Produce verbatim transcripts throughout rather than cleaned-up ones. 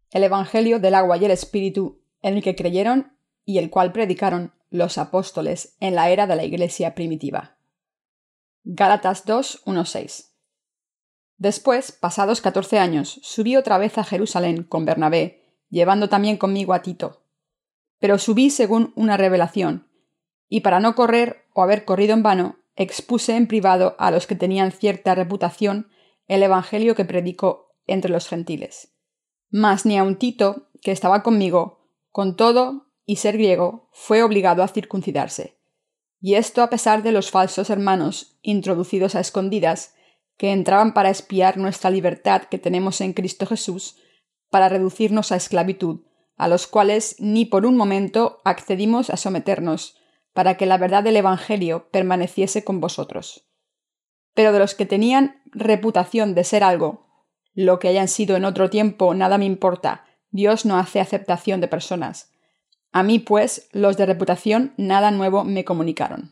el Evangelio del agua y el Espíritu en el que creyeron y el cual predicaron los apóstoles en la era de la Iglesia primitiva. Gálatas dos, uno a seis. Después, pasados catorce años, subí otra vez a Jerusalén con Bernabé, llevando también conmigo a Tito. Pero subí según una revelación, y para no correr o haber corrido en vano, expuse en privado a los que tenían cierta reputación el evangelio que predicó entre los gentiles. Mas ni aun Tito, que estaba conmigo, con todo y ser griego, fue obligado a circuncidarse. Y esto a pesar de los falsos hermanos introducidos a escondidas, que entraban para espiar nuestra libertad que tenemos en Cristo Jesús, para reducirnos a esclavitud, a los cuales ni por un momento accedimos a someternos, para que la verdad del Evangelio permaneciese con vosotros. Pero de los que tenían reputación de ser algo, lo que hayan sido en otro tiempo nada me importa, Dios no hace aceptación de personas. A mí, pues, los de reputación nada nuevo me comunicaron.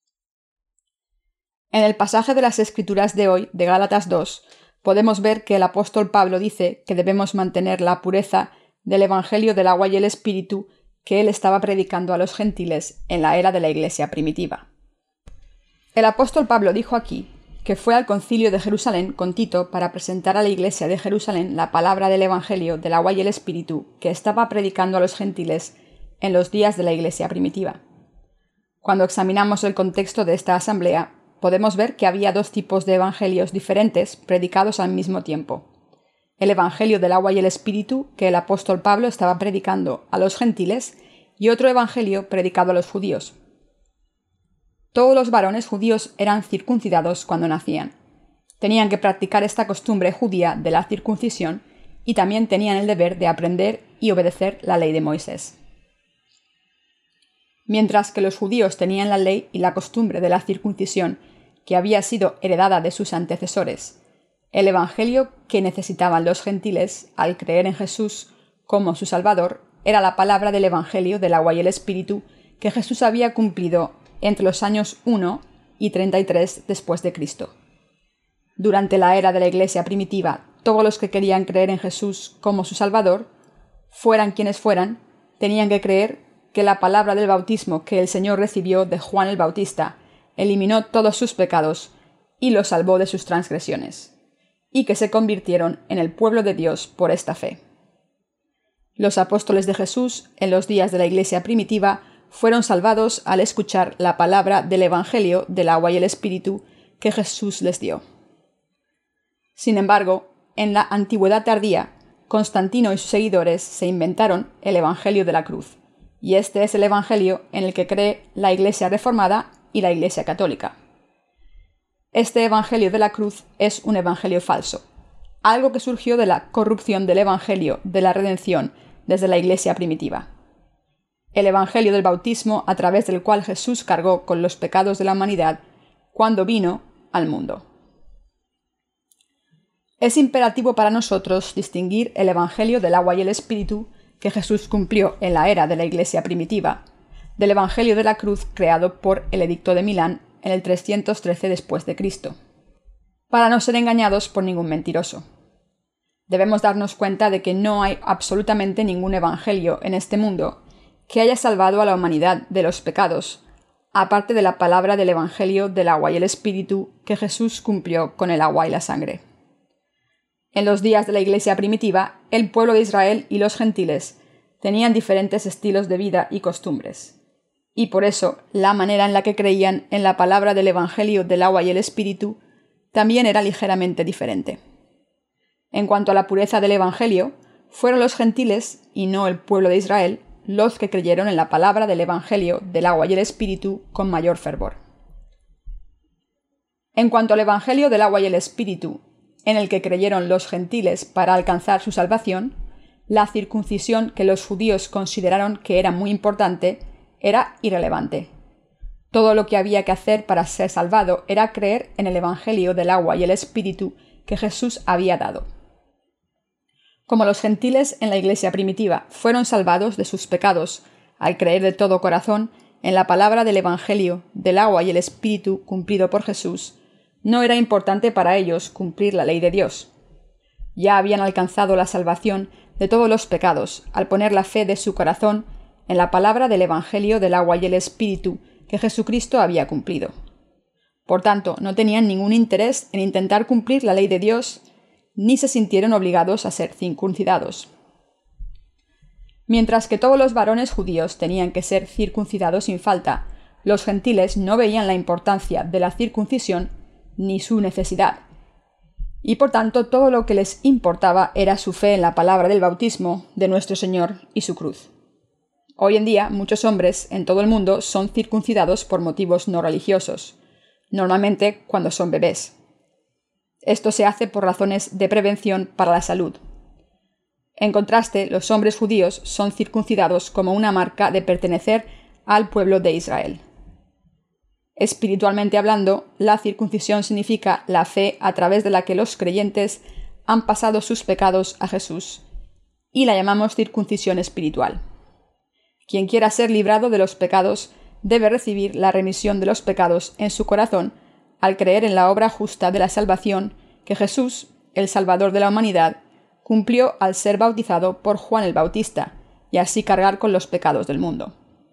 En el pasaje de las Escrituras de hoy, de Gálatas dos, podemos ver que el apóstol Pablo dice que debemos mantener la pureza del Evangelio del agua y el Espíritu que él estaba predicando a los gentiles en la era de la Iglesia primitiva. El apóstol Pablo dijo aquí que fue al concilio de Jerusalén con Tito para presentar a la Iglesia de Jerusalén la palabra del Evangelio del agua y el Espíritu que estaba predicando a los gentiles en los días de la Iglesia primitiva. Cuando examinamos el contexto de esta asamblea, podemos ver que había dos tipos de evangelios diferentes predicados al mismo tiempo. El Evangelio del agua y el Espíritu que el apóstol Pablo estaba predicando a los gentiles y otro evangelio predicado a los judíos. Todos los varones judíos eran circuncidados cuando nacían. Tenían que practicar esta costumbre judía de la circuncisión y también tenían el deber de aprender y obedecer la ley de Moisés. Mientras que los judíos tenían la ley y la costumbre de la circuncisión que había sido heredada de sus antecesores, el evangelio que necesitaban los gentiles al creer en Jesús como su Salvador era la palabra del Evangelio del agua y el Espíritu que Jesús había cumplido entre los años uno y treinta y tres después de Cristo. Durante la era de la Iglesia primitiva, todos los que querían creer en Jesús como su Salvador, fueran quienes fueran, tenían que creer que la palabra del bautismo que el Señor recibió de Juan el Bautista eliminó todos sus pecados y los salvó de sus transgresiones, y que se convirtieron en el pueblo de Dios por esta fe. Los apóstoles de Jesús, en los días de la Iglesia primitiva, fueron salvados al escuchar la palabra del Evangelio del agua y el Espíritu que Jesús les dio. Sin embargo, en la antigüedad tardía, Constantino y sus seguidores se inventaron el Evangelio de la cruz, y este es el Evangelio en el que cree la Iglesia reformada y la Iglesia católica. Este Evangelio de la cruz es un evangelio falso, algo que surgió de la corrupción del Evangelio de la redención desde la Iglesia primitiva. El Evangelio del bautismo a través del cual Jesús cargó con los pecados de la humanidad cuando vino al mundo. Es imperativo para nosotros distinguir el Evangelio del agua y el Espíritu que Jesús cumplió en la era de la Iglesia primitiva, del Evangelio de la cruz creado por el Edicto de Milán en el trescientos trece después de Cristo, para no ser engañados por ningún mentiroso. Debemos darnos cuenta de que no hay absolutamente ningún evangelio en este mundo que haya salvado a la humanidad de los pecados, aparte de la palabra del Evangelio del agua y el Espíritu que Jesús cumplió con el agua y la sangre. En los días de la Iglesia primitiva, el pueblo de Israel y los gentiles tenían diferentes estilos de vida y costumbres, y por eso la manera en la que creían en la palabra del Evangelio del agua y el Espíritu también era ligeramente diferente. En cuanto a la pureza del Evangelio, fueron los gentiles, y no el pueblo de Israel, los que creyeron en la palabra del Evangelio del agua y el Espíritu con mayor fervor. En cuanto al Evangelio del agua y el Espíritu, en el que creyeron los gentiles para alcanzar su salvación, la circuncisión que los judíos consideraron que era muy importante era irrelevante. Todo lo que había que hacer para ser salvado era creer en el Evangelio del agua y el Espíritu que Jesús había dado. Como los gentiles en la Iglesia primitiva fueron salvados de sus pecados al creer de todo corazón en la palabra del Evangelio del agua y el Espíritu cumplido por Jesús, no era importante para ellos cumplir la ley de Dios. ya habían alcanzado la salvación de todos los pecados al poner la fe de su corazón en la palabra del Evangelio del agua y el Espíritu que Jesucristo había cumplido. Por tanto, no tenían ningún interés en intentar cumplir la ley de Dios, ni se sintieron obligados a ser circuncidados. Mientras que todos los varones judíos tenían que ser circuncidados sin falta, los gentiles no veían la importancia de la circuncisión ni su necesidad, y por tanto todo lo que les importaba era su fe en la palabra del bautismo de nuestro Señor y su cruz. Hoy en día, muchos hombres en todo el mundo son circuncidados por motivos no religiosos, normalmente cuando son bebés. Esto se hace por razones de prevención para la salud. En contraste, los hombres judíos son circuncidados como una marca de pertenecer al pueblo de Israel. Espiritualmente hablando, la circuncisión significa la fe a través de la que los creyentes han pasado sus pecados a Jesús, y la llamamos circuncisión espiritual. Quien quiera ser librado de los pecados debe recibir la remisión de los pecados en su corazón al creer en la obra justa de la salvación que Jesús, el Salvador de la humanidad, cumplió al ser bautizado por Juan el Bautista, y así cargar con los pecados del mundo.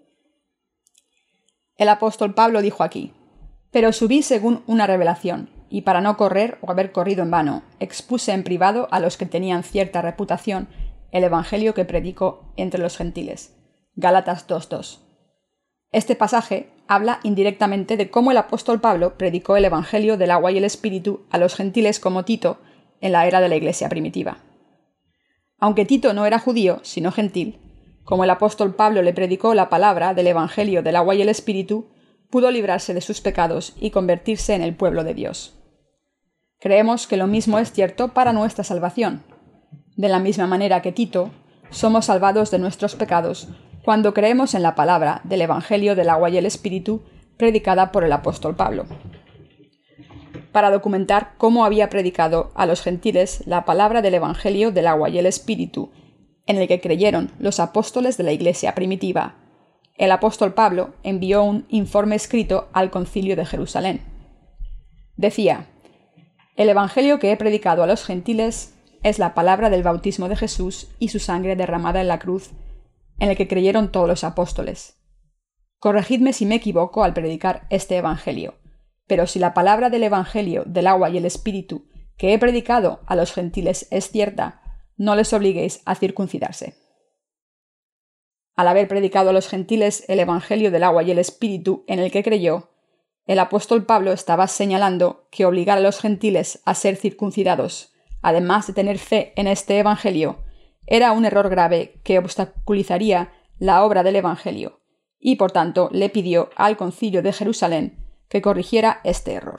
El apóstol Pablo dijo aquí: «Pero subí según una revelación, y para no correr o haber corrido en vano, expuse en privado a los que tenían cierta reputación el evangelio que predicó entre los gentiles». Gálatas dos dos. Este pasaje habla indirectamente de cómo el apóstol Pablo predicó el evangelio del agua y el espíritu a los gentiles como Tito en la era de la iglesia primitiva. Aunque Tito no era judío, sino gentil, como el apóstol Pablo le predicó la palabra del evangelio del agua y el espíritu, pudo librarse de sus pecados y convertirse en el pueblo de Dios. Creemos que lo mismo es cierto para nuestra salvación. De la misma manera que Tito, somos salvados de nuestros pecados cuando creemos en la palabra del Evangelio del agua y el Espíritu predicada por el apóstol Pablo. Para documentar cómo había predicado a los gentiles la palabra del Evangelio del agua y el Espíritu, en el que creyeron los apóstoles de la iglesia primitiva, el apóstol Pablo envió un informe escrito al Concilio de Jerusalén. Decía: «El Evangelio que he predicado a los gentiles es la palabra del bautismo de Jesús y su sangre derramada en la cruz, en el que creyeron todos los apóstoles. Corregidme si me equivoco al predicar este Evangelio, pero si la palabra del Evangelio del agua y el Espíritu que he predicado a los gentiles es cierta, no les obliguéis a circuncidarse». Al haber predicado a los gentiles el Evangelio del agua y el Espíritu en el que creyó, el apóstol Pablo estaba señalando que obligar a los gentiles a ser circuncidados, además de tener fe en este Evangelio, era un error grave que obstaculizaría la obra del Evangelio, y por tanto le pidió al Concilio de Jerusalén que corrigiera este error.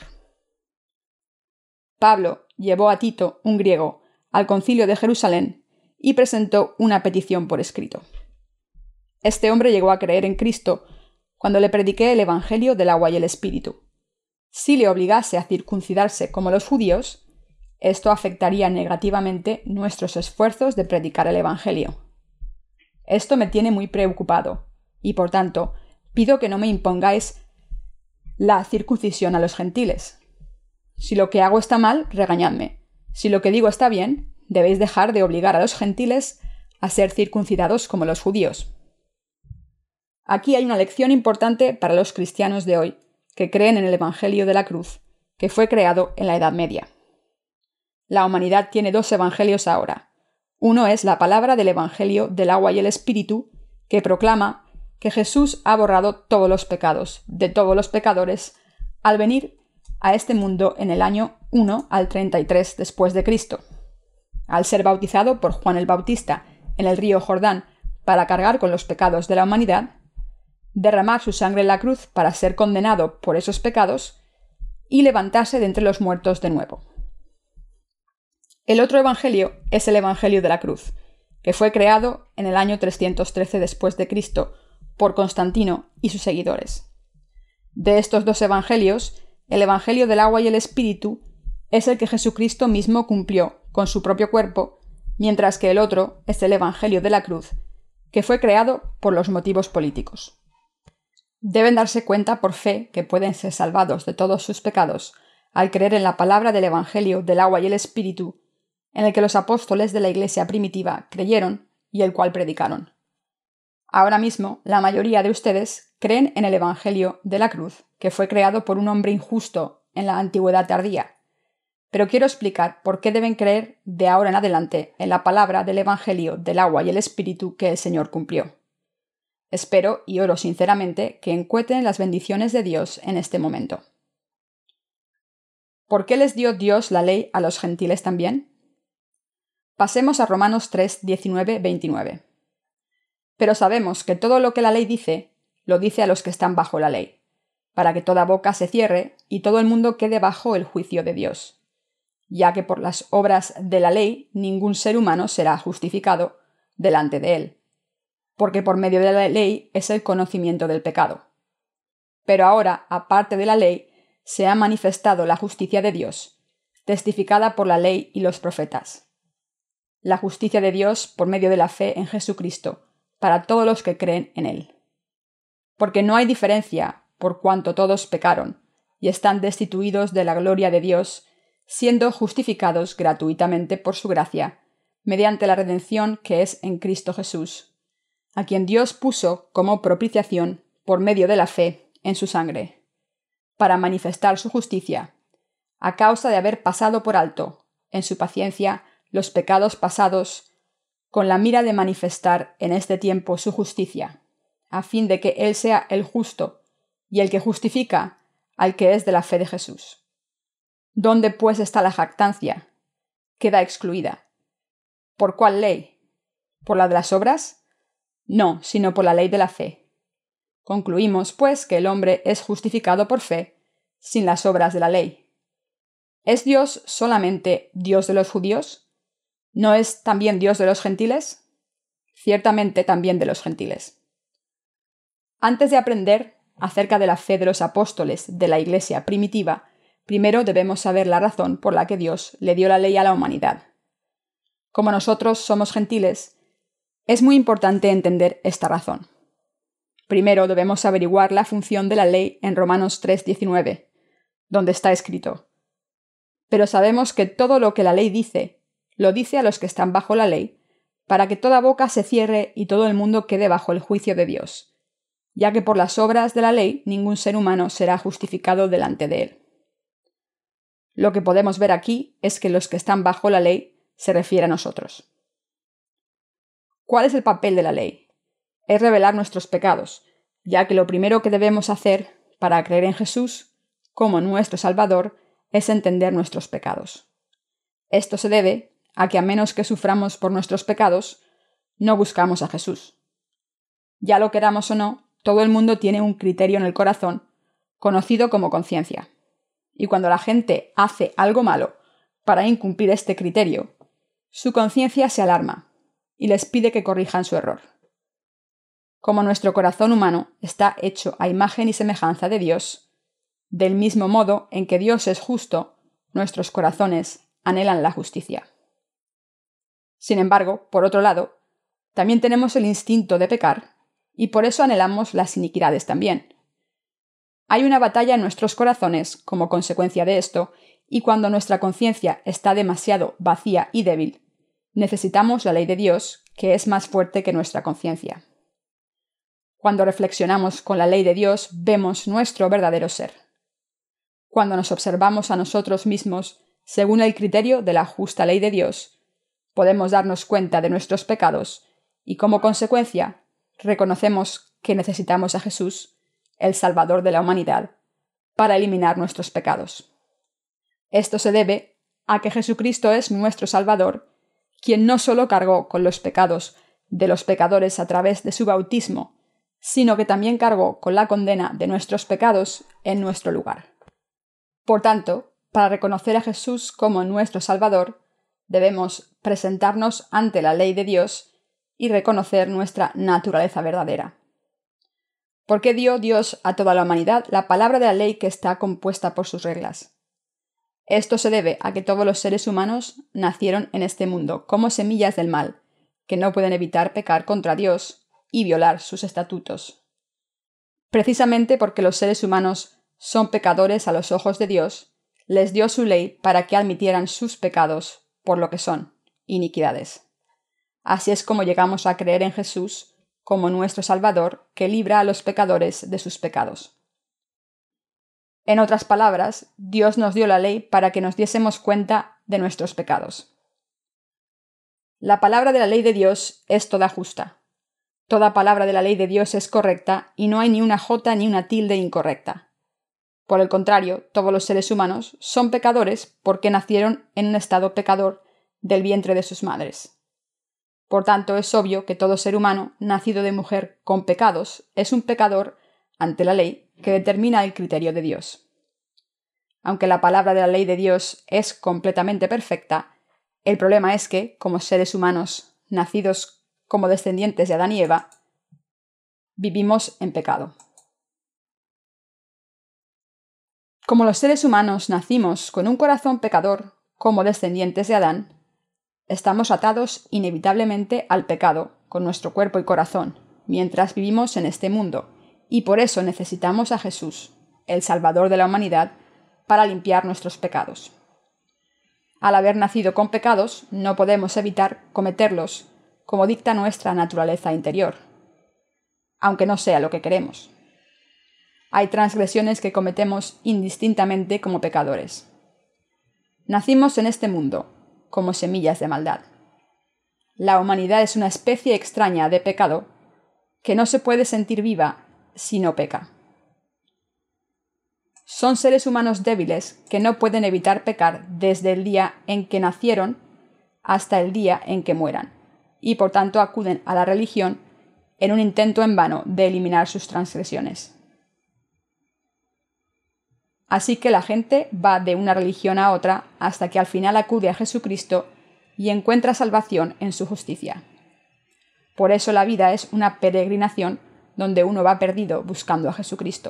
Pablo llevó a Tito, un griego, al Concilio de Jerusalén y presentó una petición por escrito. Este hombre llegó a creer en Cristo cuando le prediqué el Evangelio del agua y el Espíritu. Si le obligase a circuncidarse como los judíos, esto afectaría negativamente nuestros esfuerzos de predicar el Evangelio. Esto me tiene muy preocupado, y por tanto, pido que no me impongáis la circuncisión a los gentiles. Si lo que hago está mal, regañadme. Si lo que digo está bien, debéis dejar de obligar a los gentiles a ser circuncidados como los judíos. Aquí hay una lección importante para los cristianos de hoy, que creen en el Evangelio de la cruz, que fue creado en la Edad Media. La humanidad tiene dos evangelios ahora. Uno es la palabra del Evangelio del agua y el Espíritu, que proclama que Jesús ha borrado todos los pecados de todos los pecadores al venir a este mundo en el año uno al treinta y tres después de Cristo. Al ser bautizado por Juan el Bautista en el río Jordán para cargar con los pecados de la humanidad, derramar su sangre en la cruz para ser condenado por esos pecados y levantarse de entre los muertos de nuevo. El otro evangelio es el Evangelio de la cruz, que fue creado en el año trescientos trece después de Cristo por Constantino y sus seguidores. De estos dos evangelios, el Evangelio del agua y el Espíritu es el que Jesucristo mismo cumplió con su propio cuerpo, mientras que el otro es el Evangelio de la cruz, que fue creado por los motivos políticos. Deben darse cuenta por fe que pueden ser salvados de todos sus pecados al creer en la palabra del Evangelio del agua y el Espíritu, en el que los apóstoles de la Iglesia primitiva creyeron y el cual predicaron. Ahora mismo, la mayoría de ustedes creen en el Evangelio de la cruz, que fue creado por un hombre injusto en la antigüedad tardía. Pero quiero explicar por qué deben creer de ahora en adelante en la palabra del Evangelio del agua y el Espíritu que el Señor cumplió. Espero y oro sinceramente que encuentren las bendiciones de Dios en este momento. ¿Por qué les dio Dios la ley a los gentiles también? Pasemos a Romanos tres, diecinueve, veintinueve. Pero sabemos que todo lo que la ley dice, lo dice a los que están bajo la ley, para que toda boca se cierre y todo el mundo quede bajo el juicio de Dios, ya que por las obras de la ley ningún ser humano será justificado delante de él, porque por medio de la ley es el conocimiento del pecado. Pero ahora, aparte de la ley, se ha manifestado la justicia de Dios, testificada por la ley y los profetas. La justicia de Dios por medio de la fe en Jesucristo, para todos los que creen en Él. Porque no hay diferencia, por cuanto todos pecaron, y están destituidos de la gloria de Dios, siendo justificados gratuitamente por su gracia, mediante la redención que es en Cristo Jesús, a quien Dios puso como propiciación por medio de la fe en su sangre, para manifestar su justicia, a causa de haber pasado por alto, en su paciencia, los pecados pasados, con la mira de manifestar en este tiempo su justicia, a fin de que Él sea el justo y el que justifica al que es de la fe de Jesús. ¿Dónde pues está la jactancia? Queda excluida. ¿Por cuál ley? ¿Por la de las obras? No, sino por la ley de la fe. Concluimos, pues, que el hombre es justificado por fe, sin las obras de la ley. ¿Es Dios solamente Dios de los judíos? ¿No es también Dios de los gentiles? Ciertamente también de los gentiles. Antes de aprender acerca de la fe de los apóstoles de la Iglesia primitiva, primero debemos saber la razón por la que Dios le dio la ley a la humanidad. Como nosotros somos gentiles, es muy importante entender esta razón. Primero debemos averiguar la función de la ley en Romanos tres, diecinueve, donde está escrito: Pero sabemos que todo lo que la ley dice, lo dice a los que están bajo la ley, para que toda boca se cierre y todo el mundo quede bajo el juicio de Dios, ya que por las obras de la ley ningún ser humano será justificado delante de él. Lo que podemos ver aquí es que los que están bajo la ley se refiere a nosotros. ¿Cuál es el papel de la ley? Es revelar nuestros pecados, ya que lo primero que debemos hacer para creer en Jesús como nuestro Salvador es entender nuestros pecados. Esto se debe a que a menos que suframos por nuestros pecados, no buscamos a Jesús. Ya lo queramos o no, todo el mundo tiene un criterio en el corazón, conocido como conciencia. Y cuando la gente hace algo malo para incumplir este criterio, su conciencia se alarma y les pide que corrijan su error. Como nuestro corazón humano está hecho a imagen y semejanza de Dios, del mismo modo en que Dios es justo, nuestros corazones anhelan la justicia. Sin embargo, por otro lado, también tenemos el instinto de pecar, y por eso anhelamos las iniquidades también. Hay una batalla en nuestros corazones como consecuencia de esto, y cuando nuestra conciencia está demasiado vacía y débil, necesitamos la ley de Dios, que es más fuerte que nuestra conciencia. Cuando reflexionamos con la ley de Dios, vemos nuestro verdadero ser. Cuando nos observamos a nosotros mismos según el criterio de la justa ley de Dios, podemos darnos cuenta de nuestros pecados y, como consecuencia, reconocemos que necesitamos a Jesús, el Salvador de la humanidad, para eliminar nuestros pecados. Esto se debe a que Jesucristo es nuestro Salvador, quien no solo cargó con los pecados de los pecadores a través de su bautismo, sino que también cargó con la condena de nuestros pecados en nuestro lugar. Por tanto, para reconocer a Jesús como nuestro Salvador, debemos presentarnos ante la ley de Dios y reconocer nuestra naturaleza verdadera. ¿Por qué dio Dios a toda la humanidad la palabra de la ley que está compuesta por sus reglas? Esto se debe a que todos los seres humanos nacieron en este mundo como semillas del mal, que no pueden evitar pecar contra Dios y violar sus estatutos. Precisamente porque los seres humanos son pecadores a los ojos de Dios, les dio su ley para que admitieran sus pecados por lo que son, iniquidades. Así es como llegamos a creer en Jesús como nuestro Salvador que libra a los pecadores de sus pecados. En otras palabras, Dios nos dio la ley para que nos diésemos cuenta de nuestros pecados. La palabra de la ley de Dios es toda justa. Toda palabra de la ley de Dios es correcta y no hay ni una jota ni una tilde incorrecta. Por el contrario, todos los seres humanos son pecadores porque nacieron en un estado pecador del vientre de sus madres. Por tanto, es obvio que todo ser humano nacido de mujer con pecados es un pecador ante la ley que determina el criterio de Dios. Aunque la palabra de la ley de Dios es completamente perfecta, el problema es que, como seres humanos nacidos como descendientes de Adán y Eva, vivimos en pecado. Como los seres humanos nacimos con un corazón pecador como descendientes de Adán, estamos atados inevitablemente al pecado con nuestro cuerpo y corazón mientras vivimos en este mundo, y por eso necesitamos a Jesús, el Salvador de la humanidad, para limpiar nuestros pecados. Al haber nacido con pecados, no podemos evitar cometerlos como dicta nuestra naturaleza interior, aunque no sea lo que queremos. Hay transgresiones que cometemos indistintamente como pecadores. Nacimos en este mundo como semillas de maldad. La humanidad es una especie extraña de pecado que no se puede sentir viva si no peca. Son seres humanos débiles que no pueden evitar pecar desde el día en que nacieron hasta el día en que mueran, y por tanto acuden a la religión en un intento en vano de eliminar sus transgresiones. Así que la gente va de una religión a otra hasta que al final acude a Jesucristo y encuentra salvación en su justicia. Por eso la vida es una peregrinación donde uno va perdido buscando a Jesucristo.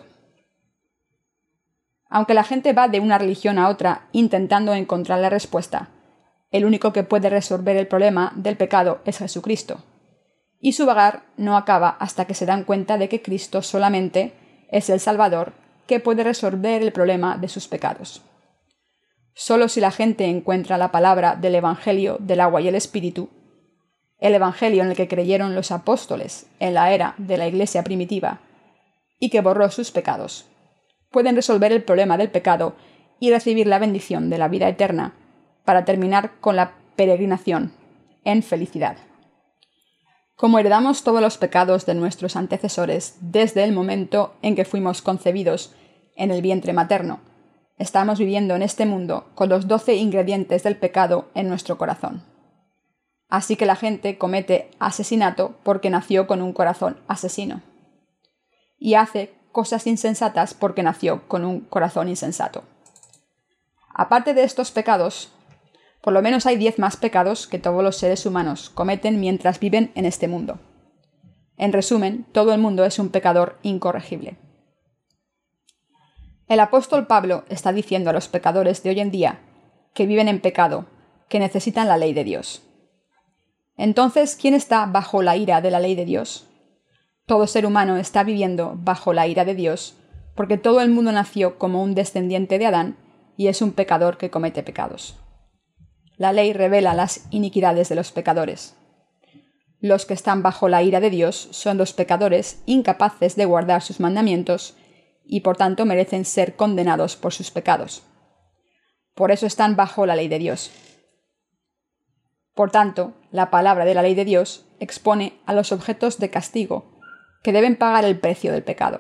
Aunque la gente va de una religión a otra intentando encontrar la respuesta, el único que puede resolver el problema del pecado es Jesucristo. Y su vagar no acaba hasta que se dan cuenta de que Cristo solamente es el Salvador que puede resolver el problema de sus pecados. Solo si la gente encuentra la palabra del Evangelio del agua y el Espíritu, el Evangelio en el que creyeron los apóstoles en la era de la Iglesia primitiva y que borró sus pecados, pueden resolver el problema del pecado y recibir la bendición de la vida eterna para terminar con la peregrinación en felicidad. Como heredamos todos los pecados de nuestros antecesores desde el momento en que fuimos concebidos en el vientre materno, estamos viviendo en este mundo con los doce ingredientes del pecado en nuestro corazón. Así que la gente comete asesinato porque nació con un corazón asesino. Y hace cosas insensatas porque nació con un corazón insensato. Aparte de estos pecados, por lo menos hay diez más pecados que todos los seres humanos cometen mientras viven en este mundo. En resumen, todo el mundo es un pecador incorregible. El apóstol Pablo está diciendo a los pecadores de hoy en día que viven en pecado, que necesitan la ley de Dios. Entonces, ¿quién está bajo la ira de la ley de Dios? Todo ser humano está viviendo bajo la ira de Dios, porque todo el mundo nació como un descendiente de Adán y es un pecador que comete pecados. La ley revela las iniquidades de los pecadores. Los que están bajo la ira de Dios son los pecadores incapaces de guardar sus mandamientos y por tanto merecen ser condenados por sus pecados. Por eso están bajo la ley de Dios. Por tanto, la palabra de la ley de Dios expone a los objetos de castigo que deben pagar el precio del pecado.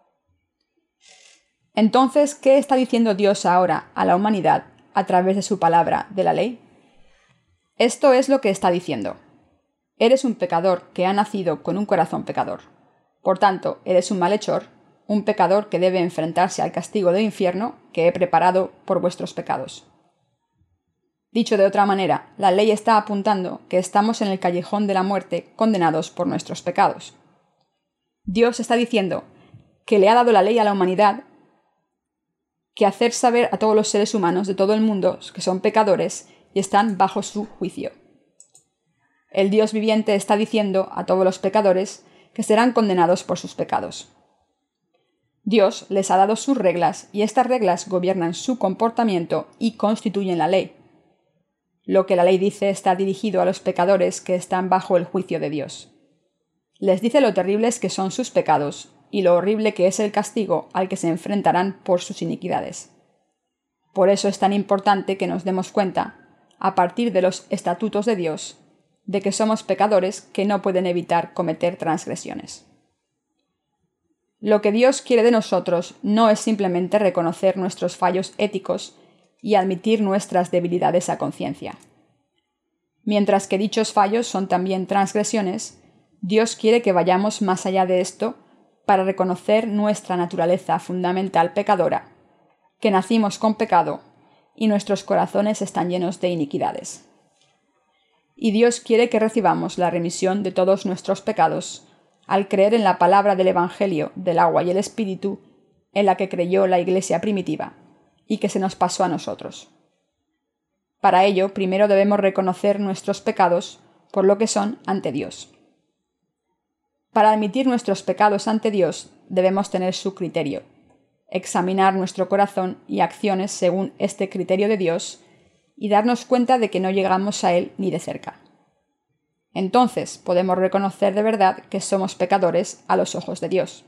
Entonces, ¿qué está diciendo Dios ahora a la humanidad a través de su palabra de la ley? Esto es lo que está diciendo. Eres un pecador que ha nacido con un corazón pecador. Por tanto, eres un malhechor, un pecador que debe enfrentarse al castigo del infierno que he preparado por vuestros pecados. Dicho de otra manera, la ley está apuntando que estamos en el callejón de la muerte condenados por nuestros pecados. Dios está diciendo que le ha dado la ley a la humanidad que hacer saber a todos los seres humanos de todo el mundo que son pecadores y están bajo su juicio. El Dios viviente está diciendo a todos los pecadores que serán condenados por sus pecados. Dios les ha dado sus reglas y estas reglas gobiernan su comportamiento y constituyen la ley. Lo que la ley dice está dirigido a los pecadores que están bajo el juicio de Dios. Les dice lo terribles que son sus pecados y lo horrible que es el castigo al que se enfrentarán por sus iniquidades. Por eso es tan importante que nos demos cuenta, a partir de los estatutos de Dios, de que somos pecadores que no pueden evitar cometer transgresiones. Lo que Dios quiere de nosotros no es simplemente reconocer nuestros fallos éticos y admitir nuestras debilidades a conciencia. Mientras que dichos fallos son también transgresiones, Dios quiere que vayamos más allá de esto para reconocer nuestra naturaleza fundamental pecadora, que nacimos con pecado y nuestros corazones están llenos de iniquidades. Y Dios quiere que recibamos la remisión de todos nuestros pecados al creer en la palabra del Evangelio del agua y el Espíritu en la que creyó la Iglesia primitiva y que se nos pasó a nosotros. Para ello, primero debemos reconocer nuestros pecados por lo que son ante Dios. Para admitir nuestros pecados ante Dios, debemos tener su criterio, examinar nuestro corazón y acciones según este criterio de Dios y darnos cuenta de que no llegamos a Él ni de cerca. Entonces podemos reconocer de verdad que somos pecadores a los ojos de Dios.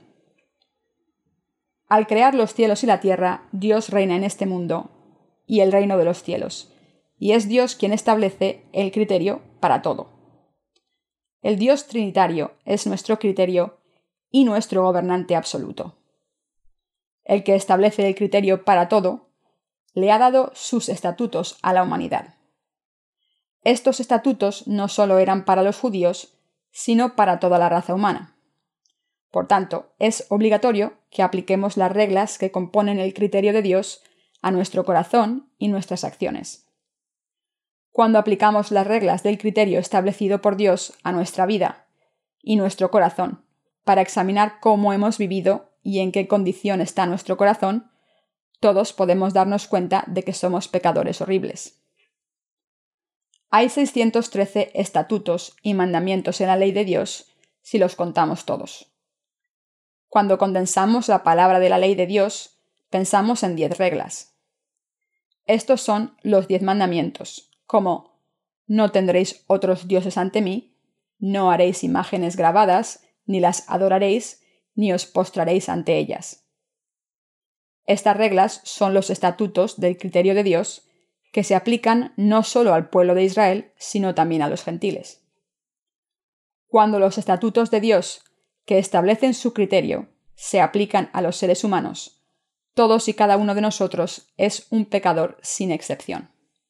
Al crear los cielos y la tierra, Dios reina en este mundo y el reino de los cielos, y es Dios quien establece el criterio para todo. El Dios Trinitario es nuestro criterio y nuestro gobernante absoluto. El que establece el criterio para todo, le ha dado sus estatutos a la humanidad. Estos estatutos no solo eran para los judíos, sino para toda la raza humana. Por tanto, es obligatorio que apliquemos las reglas que componen el criterio de Dios a nuestro corazón y nuestras acciones. Cuando aplicamos las reglas del criterio establecido por Dios a nuestra vida y nuestro corazón, para examinar cómo hemos vivido y en qué condición está nuestro corazón, todos podemos darnos cuenta de que somos pecadores horribles. Hay seiscientos trece estatutos y mandamientos en la ley de Dios, si los contamos todos. Cuando condensamos la palabra de la ley de Dios, pensamos en diez reglas. Estos son los diez mandamientos, como no tendréis otros dioses ante mí, no haréis imágenes grabadas, ni las adoraréis, ni os postraréis ante ellas. Estas reglas son los estatutos del criterio de Dios que se aplican no solo al pueblo de Israel, sino también a los gentiles. Cuando los estatutos de Dios, que establecen su criterio, se aplican a los seres humanos, todos y cada uno de nosotros es un pecador sin excepción.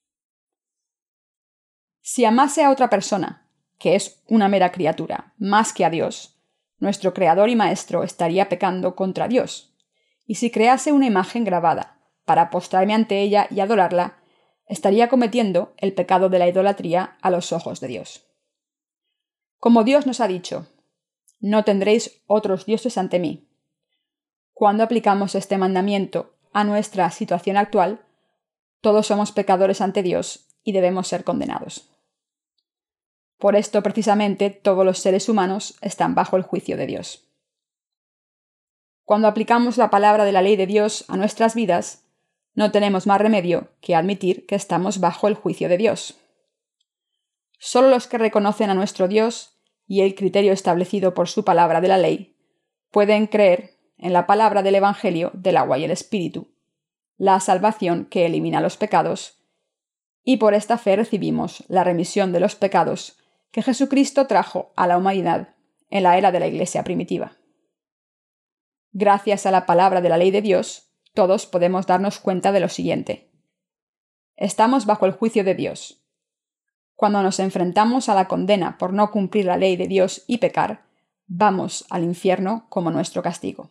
Si amase a otra persona, que es una mera criatura, más que a Dios, nuestro Creador y Maestro estaría pecando contra Dios. Y si crease una imagen grabada, para postrarme ante ella y adorarla, estaría cometiendo el pecado de la idolatría a los ojos de Dios. Como Dios nos ha dicho, no tendréis otros dioses ante mí. Cuando aplicamos este mandamiento a nuestra situación actual, todos somos pecadores ante Dios y debemos ser condenados. Por esto, precisamente, todos los seres humanos están bajo el juicio de Dios. Cuando aplicamos la palabra de la ley de Dios a nuestras vidas, no tenemos más remedio que admitir que estamos bajo el juicio de Dios. Solo los que reconocen a nuestro Dios y el criterio establecido por su palabra de la ley pueden creer en la palabra del Evangelio del agua y el Espíritu, la salvación que elimina los pecados, y por esta fe recibimos la remisión de los pecados que Jesucristo trajo a la humanidad en la era de la Iglesia primitiva. Gracias a la palabra de la ley de Dios, todos podemos darnos cuenta de lo siguiente. Estamos bajo el juicio de Dios. Cuando nos enfrentamos a la condena por no cumplir la ley de Dios y pecar, vamos al infierno como nuestro castigo.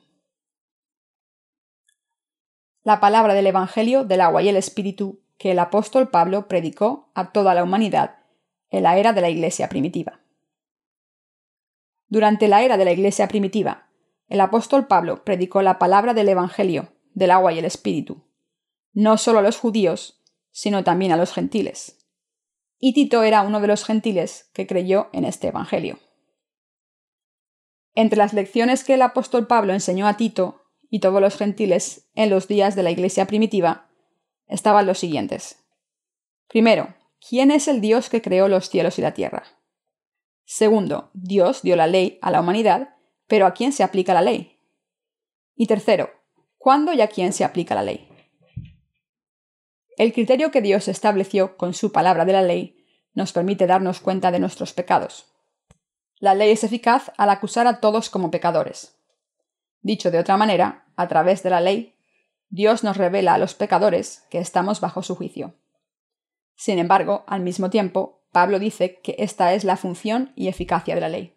La palabra del Evangelio del agua y el Espíritu que el apóstol Pablo predicó a toda la humanidad en la era de la Iglesia primitiva. Durante la era de la Iglesia primitiva, el apóstol Pablo predicó la palabra del Evangelio del agua y el Espíritu, no solo a los judíos, sino también a los gentiles. Y Tito era uno de los gentiles que creyó en este Evangelio. Entre las lecciones que el apóstol Pablo enseñó a Tito y todos los gentiles en los días de la Iglesia primitiva, estaban los siguientes. Primero, ¿quién es el Dios que creó los cielos y la tierra? Segundo, Dios dio la ley a la humanidad, pero ¿a quién se aplica la ley? Y tercero, ¿cuándo y a quién se aplica la ley? El criterio que Dios estableció con su palabra de la ley nos permite darnos cuenta de nuestros pecados. La ley es eficaz al acusar a todos como pecadores. Dicho de otra manera, a través de la ley, Dios nos revela a los pecadores que estamos bajo su juicio. Sin embargo, al mismo tiempo, Pablo dice que esta es la función y eficacia de la ley.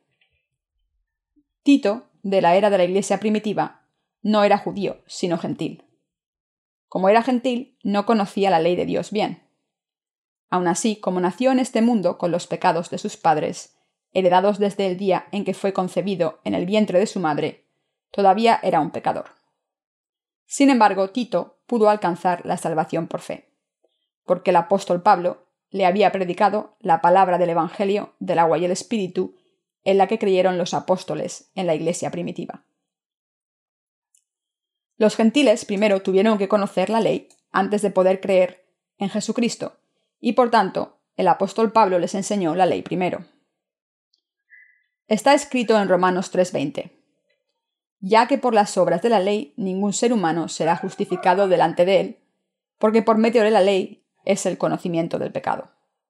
Tito, de la era de la Iglesia primitiva, no era judío, sino gentil. Como era gentil, no conocía la ley de Dios bien. Aun así, como nació en este mundo con los pecados de sus padres, heredados desde el día en que fue concebido en el vientre de su madre, todavía era un pecador. Sin embargo, Tito pudo alcanzar la salvación por fe, porque el apóstol Pablo le había predicado la palabra del Evangelio del agua y el Espíritu, en la que creyeron los apóstoles en la Iglesia primitiva. Los gentiles primero tuvieron que conocer la ley antes de poder creer en Jesucristo, y por tanto, el apóstol Pablo les enseñó la ley primero. Está escrito en Romanos tres veinte: ya que por las obras de la ley ningún ser humano será justificado delante de él, porque por medio de la ley es el conocimiento del pecado.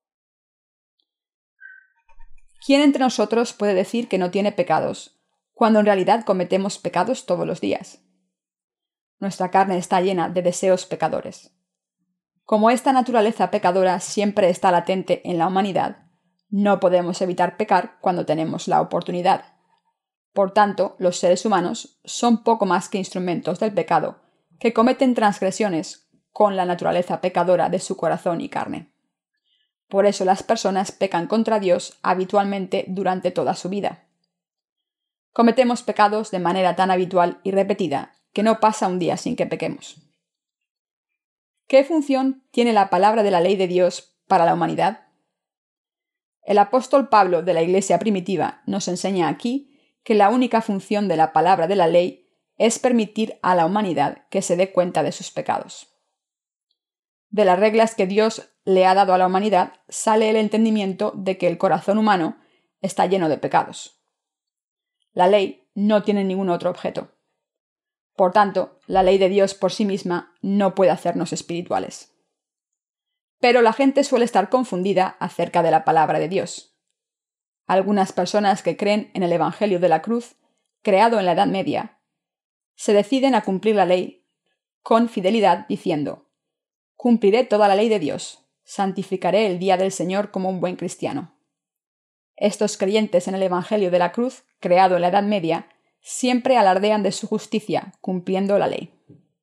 ¿Quién entre nosotros puede decir que no tiene pecados, cuando en realidad cometemos pecados todos los días? Nuestra carne está llena de deseos pecadores. Como esta naturaleza pecadora siempre está latente en la humanidad, no podemos evitar pecar cuando tenemos la oportunidad. Por tanto, los seres humanos son poco más que instrumentos del pecado, que cometen transgresiones con la naturaleza pecadora de su corazón y carne. Por eso las personas pecan contra Dios habitualmente durante toda su vida. Cometemos pecados de manera tan habitual y repetida que no pasa un día sin que pequemos. ¿Qué función tiene la palabra de la ley de Dios para la humanidad? El apóstol Pablo de la Iglesia primitiva nos enseña aquí que la única función de la palabra de la ley es permitir a la humanidad que se dé cuenta de sus pecados. De las reglas que Dios le ha dado a la humanidad sale el entendimiento de que el corazón humano está lleno de pecados. La ley no tiene ningún otro objeto. Por tanto, la ley de Dios por sí misma no puede hacernos espirituales. Pero la gente suele estar confundida acerca de la palabra de Dios. Algunas personas que creen en el Evangelio de la cruz, creado en la Edad Media, se deciden a cumplir la ley con fidelidad diciendo: cumpliré toda la ley de Dios, santificaré el día del Señor como un buen cristiano. Estos creyentes en el Evangelio de la cruz, creado en la Edad Media, siempre alardean de su justicia, cumpliendo la ley.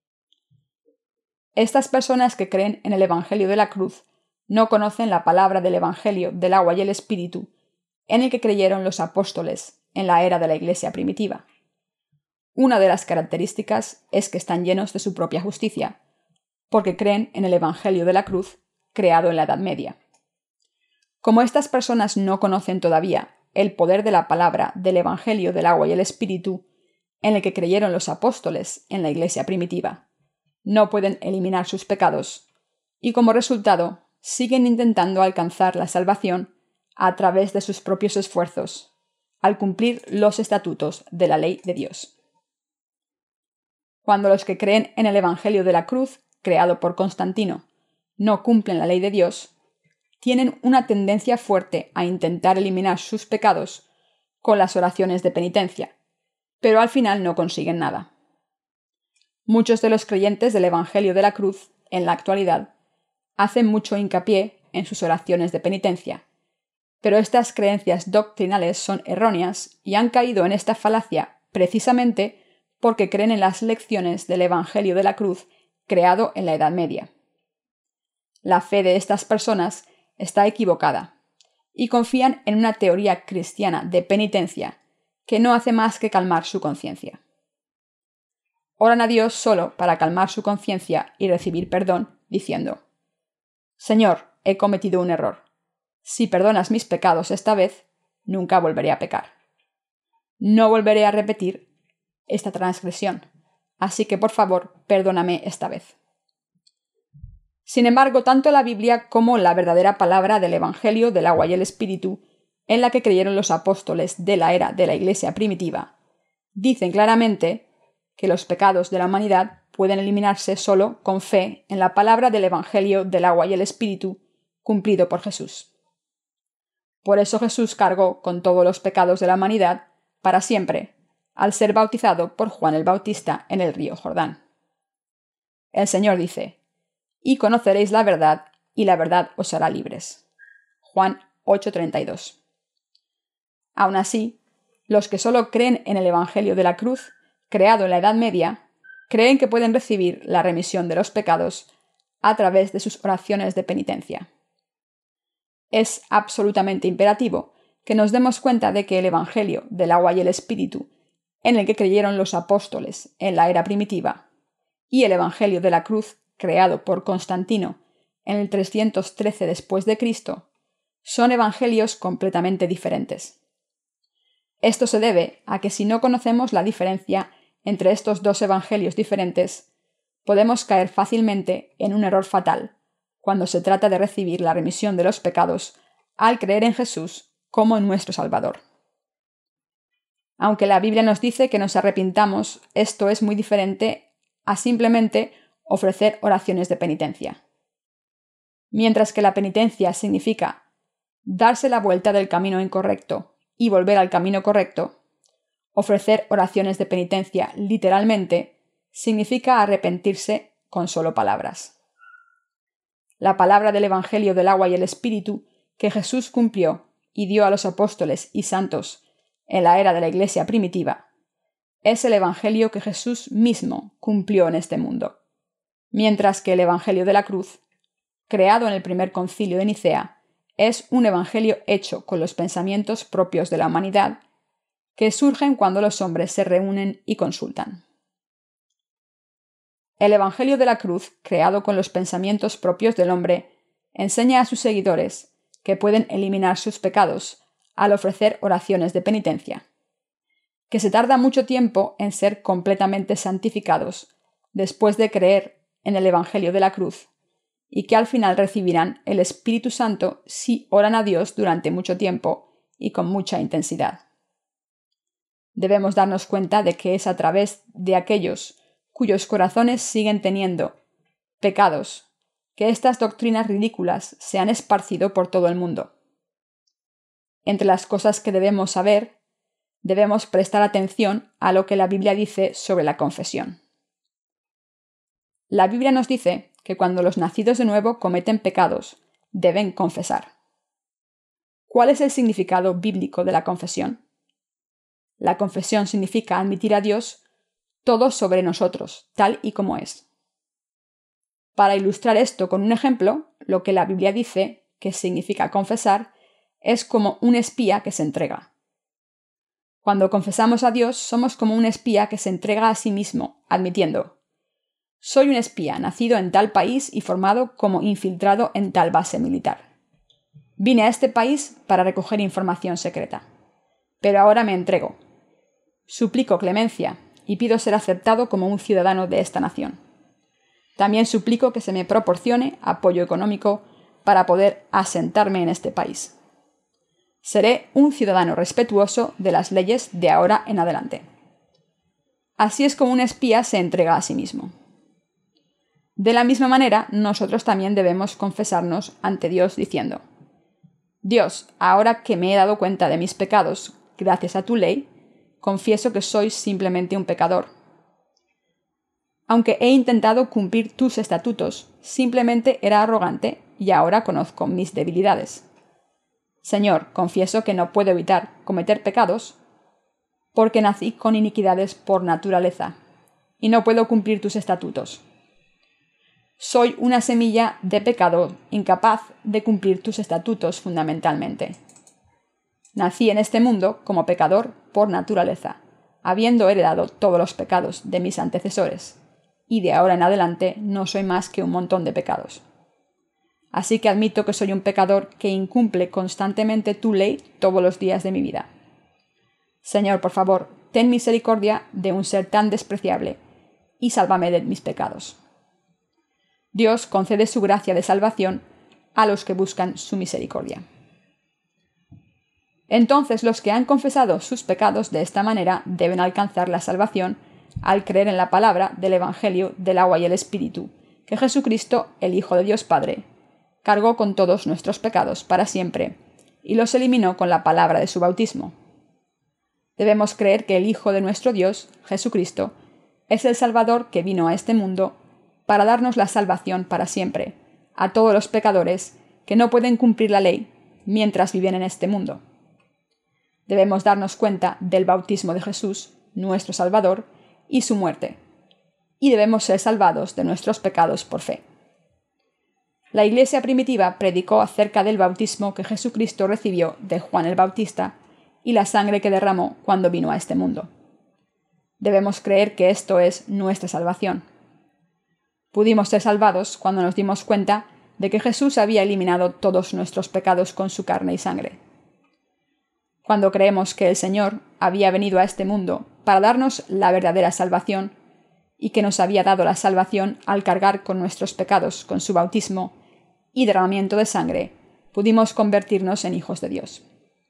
Estas personas que creen en el Evangelio de la cruz no conocen la palabra del Evangelio del agua y el Espíritu, en el que creyeron los apóstoles en la era de la Iglesia primitiva. Una de las características es que están llenos de su propia justicia, porque creen en el Evangelio de la cruz, creado en la Edad Media. Como estas personas no conocen todavía el poder de la palabra del Evangelio del agua y el Espíritu, en el que creyeron los apóstoles en la Iglesia primitiva, no pueden eliminar sus pecados, y como resultado siguen intentando alcanzar la salvación a través de sus propios esfuerzos, al cumplir los estatutos de la ley de Dios. Cuando los que creen en el Evangelio de la cruz, creado por Constantino, no cumplen la ley de Dios, tienen una tendencia fuerte a intentar eliminar sus pecados con las oraciones de penitencia, pero al final no consiguen nada. Muchos de los creyentes del Evangelio de la cruz, en la actualidad, hacen mucho hincapié en sus oraciones de penitencia, pero estas creencias doctrinales son erróneas y han caído en esta falacia precisamente porque creen en las lecciones del Evangelio de la cruz creado en la Edad Media. La fe de estas personas está equivocada y confían en una teoría cristiana de penitencia que no hace más que calmar su conciencia. Oran a Dios solo para calmar su conciencia y recibir perdón, diciendo: Señor, he cometido un error. Si perdonas mis pecados esta vez, nunca volveré a pecar. No volveré a repetir esta transgresión, así que por favor, perdóname esta vez. Sin embargo, tanto la Biblia como la verdadera palabra del Evangelio del agua y el Espíritu, en la que creyeron los apóstoles de la era de la Iglesia primitiva, dicen claramente que los pecados de la humanidad pueden eliminarse solo con fe en la palabra del Evangelio del agua y el Espíritu cumplido por Jesús. Por eso Jesús cargó con todos los pecados de la humanidad para siempre, al ser bautizado por Juan el Bautista en el río Jordán. El Señor dice: «Y conoceréis la verdad, y la verdad os hará libres». Juan ocho treinta y dos. Aún así, los que solo creen en el Evangelio de la cruz, creado en la Edad Media, creen que pueden recibir la remisión de los pecados a través de sus oraciones de penitencia. Es absolutamente imperativo que nos demos cuenta de que el Evangelio del agua y el Espíritu, en el que creyeron los apóstoles en la era primitiva, y el Evangelio de la cruz, creado por Constantino en el trescientos trece después de Cristo, son evangelios completamente diferentes. Esto se debe a que si no conocemos la diferencia entre estos dos evangelios diferentes, podemos caer fácilmente en un error fatal cuando se trata de recibir la remisión de los pecados al creer en Jesús como nuestro Salvador. Aunque la Biblia nos dice que nos arrepintamos, esto es muy diferente a simplemente ofrecer oraciones de penitencia. Mientras que la penitencia significa darse la vuelta del camino incorrecto y volver al camino correcto, ofrecer oraciones de penitencia literalmente significa arrepentirse con solo palabras. La palabra del Evangelio del agua y el Espíritu que Jesús cumplió y dio a los apóstoles y santos en la era de la Iglesia primitiva es el Evangelio que Jesús mismo cumplió en este mundo, mientras que el Evangelio de la cruz, creado en el primer concilio de Nicea, es un evangelio hecho con los pensamientos propios de la humanidad que surgen cuando los hombres se reúnen y consultan. El Evangelio de la cruz, creado con los pensamientos propios del hombre, enseña a sus seguidores que pueden eliminar sus pecados al ofrecer oraciones de penitencia, que se tarda mucho tiempo en ser completamente santificados después de creer en el Evangelio de la cruz, y que al final recibirán el Espíritu Santo si oran a Dios durante mucho tiempo y con mucha intensidad. Debemos darnos cuenta de que es a través de aquellos cuyos corazones siguen teniendo pecados que estas doctrinas ridículas se han esparcido por todo el mundo. Entre las cosas que debemos saber, debemos prestar atención a lo que la Biblia dice sobre la confesión. La Biblia nos dice que cuando los nacidos de nuevo cometen pecados, deben confesar. ¿Cuál es el significado bíblico de la confesión? La confesión significa admitir a Dios todo sobre nosotros, tal y como es. Para ilustrar esto con un ejemplo, lo que la Biblia dice que significa confesar es como un espía que se entrega. Cuando confesamos a Dios, somos como un espía que se entrega a sí mismo, admitiendo: soy un espía, nacido en tal país y formado como infiltrado en tal base militar. Vine a este país para recoger información secreta. Pero ahora me entrego. Suplico clemencia y pido ser aceptado como un ciudadano de esta nación. También suplico que se me proporcione apoyo económico para poder asentarme en este país. Seré un ciudadano respetuoso de las leyes de ahora en adelante. Así es como un espía se entrega a sí mismo. De la misma manera, nosotros también debemos confesarnos ante Dios diciendo: Dios, ahora que me he dado cuenta de mis pecados, gracias a tu ley, confieso que soy simplemente un pecador. Aunque he intentado cumplir tus estatutos, simplemente era arrogante y ahora conozco mis debilidades. Señor, confieso que no puedo evitar cometer pecados porque nací con iniquidades por naturaleza y no puedo cumplir tus estatutos. Soy una semilla de pecado incapaz de cumplir tus estatutos fundamentalmente. Nací en este mundo como pecador por naturaleza, habiendo heredado todos los pecados de mis antecesores, y de ahora en adelante no soy más que un montón de pecados. Así que admito que soy un pecador que incumple constantemente tu ley todos los días de mi vida. Señor, por favor, ten misericordia de un ser tan despreciable y sálvame de mis pecados. Dios concede su gracia de salvación a los que buscan su misericordia. Entonces los que han confesado sus pecados de esta manera deben alcanzar la salvación al creer en la palabra del Evangelio del agua y el Espíritu, que Jesucristo, el Hijo de Dios Padre, cargó con todos nuestros pecados para siempre y los eliminó con la palabra de su bautismo. Debemos creer que el Hijo de nuestro Dios, Jesucristo, es el Salvador que vino a este mundo para darnos la salvación para siempre, a todos los pecadores que no pueden cumplir la ley mientras viven en este mundo. Debemos darnos cuenta del bautismo de Jesús, nuestro Salvador, y su muerte, y debemos ser salvados de nuestros pecados por fe. La Iglesia primitiva predicó acerca del bautismo que Jesucristo recibió de Juan el Bautista y la sangre que derramó cuando vino a este mundo. Debemos creer que esto es nuestra salvación. Pudimos ser salvados cuando nos dimos cuenta de que Jesús había eliminado todos nuestros pecados con su carne y sangre. Cuando creemos que el Señor había venido a este mundo para darnos la verdadera salvación y que nos había dado la salvación al cargar con nuestros pecados con su bautismo y derramamiento de sangre, pudimos convertirnos en hijos de Dios.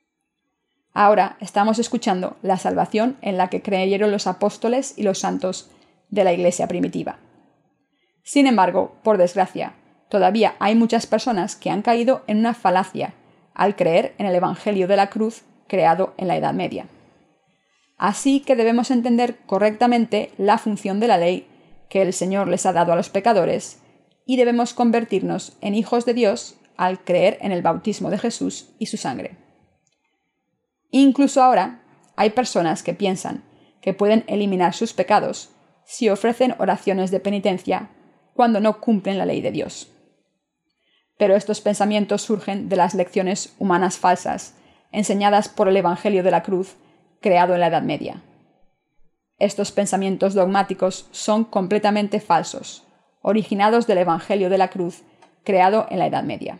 Ahora estamos escuchando la salvación en la que creyeron los apóstoles y los santos de la Iglesia primitiva. Sin embargo, por desgracia, todavía hay muchas personas que han caído en una falacia al creer en el Evangelio de la cruz creado en la Edad Media. Así que debemos entender correctamente la función de la ley que el Señor les ha dado a los pecadores y debemos convertirnos en hijos de Dios al creer en el bautismo de Jesús y su sangre. Incluso ahora hay personas que piensan que pueden eliminar sus pecados si ofrecen oraciones de penitencia cuando no cumplen la ley de Dios. Pero estos pensamientos surgen de las lecciones humanas falsas enseñadas por el Evangelio de la cruz creado en la Edad Media. Estos pensamientos dogmáticos son completamente falsos, originados del Evangelio de la cruz creado en la Edad Media.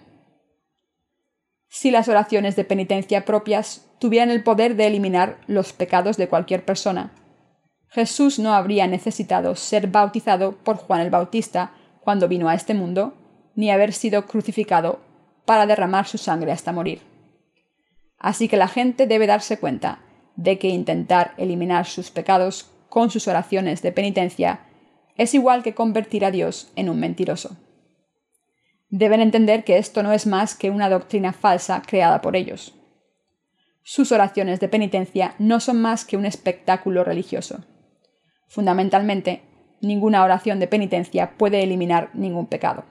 Si las oraciones de penitencia propias tuvieran el poder de eliminar los pecados de cualquier persona, Jesús no habría necesitado ser bautizado por Juan el Bautista cuando vino a este mundo, ni haber sido crucificado para derramar su sangre hasta morir. Así que la gente debe darse cuenta de que intentar eliminar sus pecados con sus oraciones de penitencia es igual que convertir a Dios en un mentiroso. Deben entender que esto no es más que una doctrina falsa creada por ellos. Sus oraciones de penitencia no son más que un espectáculo religioso. Fundamentalmente, ninguna oración de penitencia puede eliminar ningún pecado.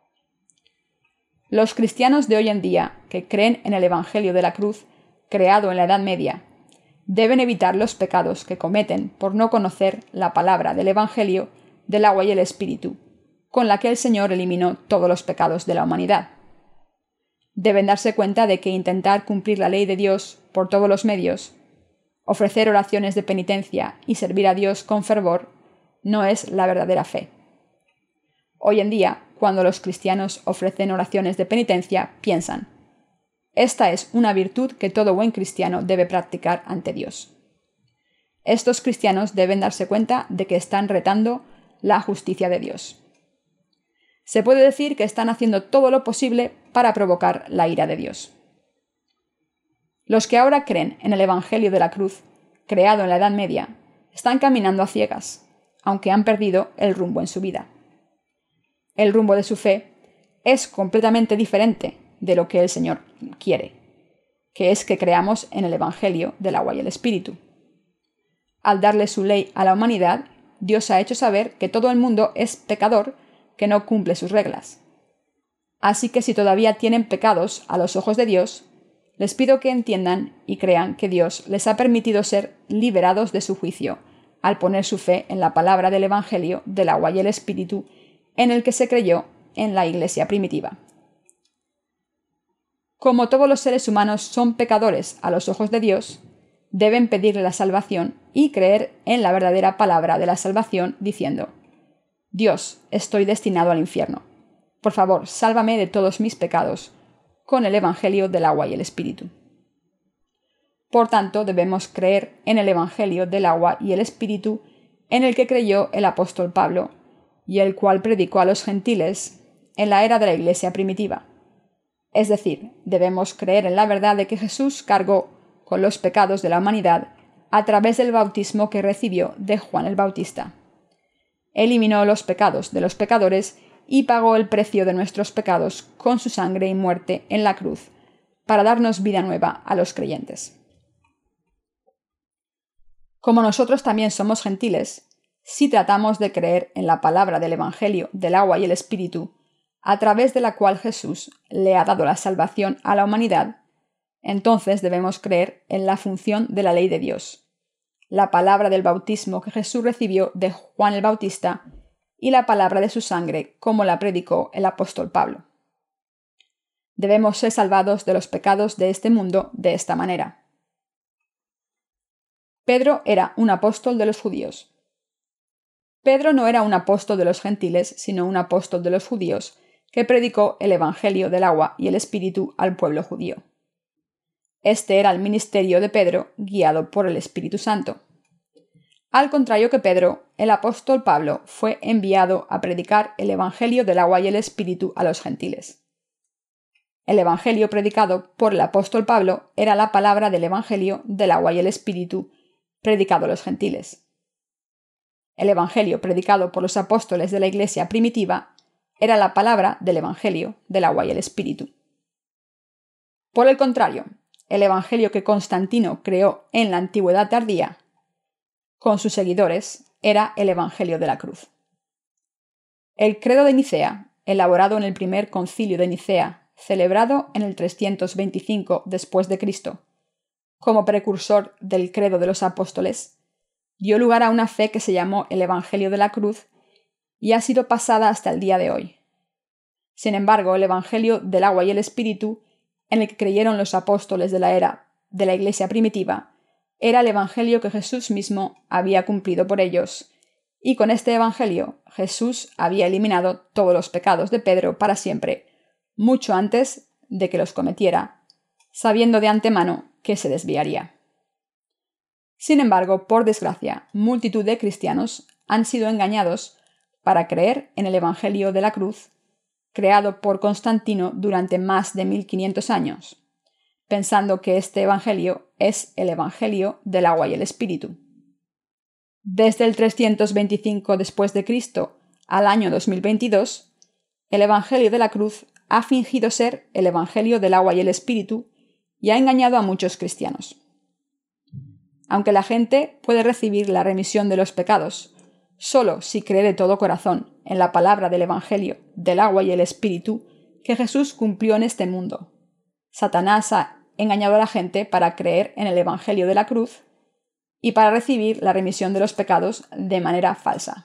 Los cristianos de hoy en día, que creen en el Evangelio de la cruz, creado en la Edad Media, deben evitar los pecados que cometen por no conocer la palabra del Evangelio del agua y el Espíritu, con la que el Señor eliminó todos los pecados de la humanidad. Deben darse cuenta de que intentar cumplir la ley de Dios por todos los medios, ofrecer oraciones de penitencia y servir a Dios con fervor, no es la verdadera fe. Hoy en día, cuando los cristianos ofrecen oraciones de penitencia, piensan: esta es una virtud que todo buen cristiano debe practicar ante Dios. Estos cristianos deben darse cuenta de que están retando la justicia de Dios. Se puede decir que están haciendo todo lo posible para provocar la ira de Dios. Los que ahora creen en el Evangelio de la cruz, creado en la Edad Media, están caminando a ciegas, aunque han perdido el rumbo en su vida. El rumbo de su fe es completamente diferente de lo que el Señor quiere, que es que creamos en el Evangelio del agua y el Espíritu. Al darle su ley a la humanidad, Dios ha hecho saber que todo el mundo es pecador que no cumple sus reglas. Así que si todavía tienen pecados a los ojos de Dios, les pido que entiendan y crean que Dios les ha permitido ser liberados de su juicio al poner su fe en la palabra del Evangelio del agua y el Espíritu en el que se creyó en la Iglesia primitiva. Como todos los seres humanos son pecadores a los ojos de Dios, deben pedirle la salvación y creer en la verdadera palabra de la salvación diciendo: Dios, estoy destinado al infierno. Por favor, sálvame de todos mis pecados, con el Evangelio del agua y el Espíritu. Por tanto, debemos creer en el Evangelio del agua y el Espíritu en el que creyó el apóstol Pablo y el cual predicó a los gentiles en la era de la Iglesia primitiva. Es decir, debemos creer en la verdad de que Jesús cargó con los pecados de la humanidad a través del bautismo que recibió de Juan el Bautista. Eliminó los pecados de los pecadores y pagó el precio de nuestros pecados con su sangre y muerte en la cruz, para darnos vida nueva a los creyentes. Como nosotros también somos gentiles, si tratamos de creer en la palabra del Evangelio del agua y el Espíritu, a través de la cual Jesús le ha dado la salvación a la humanidad, entonces debemos creer en la función de la ley de Dios, la palabra del bautismo que Jesús recibió de Juan el Bautista y la palabra de su sangre, como la predicó el apóstol Pablo. Debemos ser salvados de los pecados de este mundo de esta manera. Pedro era un apóstol de los judíos. Pedro no era un apóstol de los gentiles, sino un apóstol de los judíos, que predicó el Evangelio del agua y el Espíritu al pueblo judío. Este era el ministerio de Pedro, guiado por el Espíritu Santo. Al contrario que Pedro, el apóstol Pablo fue enviado a predicar el Evangelio del agua y el Espíritu a los gentiles. El Evangelio predicado por el apóstol Pablo era la palabra del Evangelio del agua y el Espíritu predicado a los gentiles. El Evangelio predicado por los apóstoles de la Iglesia primitiva era la palabra del Evangelio del agua y el Espíritu. Por el contrario, el Evangelio que Constantino creó en la antigüedad tardía, con sus seguidores, era el Evangelio de la cruz. El credo de Nicea, elaborado en el primer concilio de Nicea, celebrado en el trescientos veinticinco después de Cristo, como precursor del credo de los apóstoles, dio lugar a una fe que se llamó el Evangelio de la cruz y ha sido pasada hasta el día de hoy. Sin embargo, el Evangelio del agua y el Espíritu, en el que creyeron los apóstoles de la era de la Iglesia primitiva, era el Evangelio que Jesús mismo había cumplido por ellos, y con este Evangelio Jesús había eliminado todos los pecados de Pedro para siempre, mucho antes de que los cometiera, sabiendo de antemano que se desviaría. Sin embargo, por desgracia, multitud de cristianos han sido engañados para creer en el Evangelio de la cruz, creado por Constantino durante más de mil quinientos años, pensando que este Evangelio es el Evangelio del agua y el Espíritu. Desde el trescientos veinticinco después de Cristo al año dos mil veintidós, el Evangelio de la cruz ha fingido ser el Evangelio del agua y el Espíritu y ha engañado a muchos cristianos. Aunque la gente puede recibir la remisión de los pecados solo si cree de todo corazón en la palabra del Evangelio del agua y el Espíritu que Jesús cumplió en este mundo, Satanás ha engañado a la gente para creer en el Evangelio de la cruz y para recibir la remisión de los pecados de manera falsa.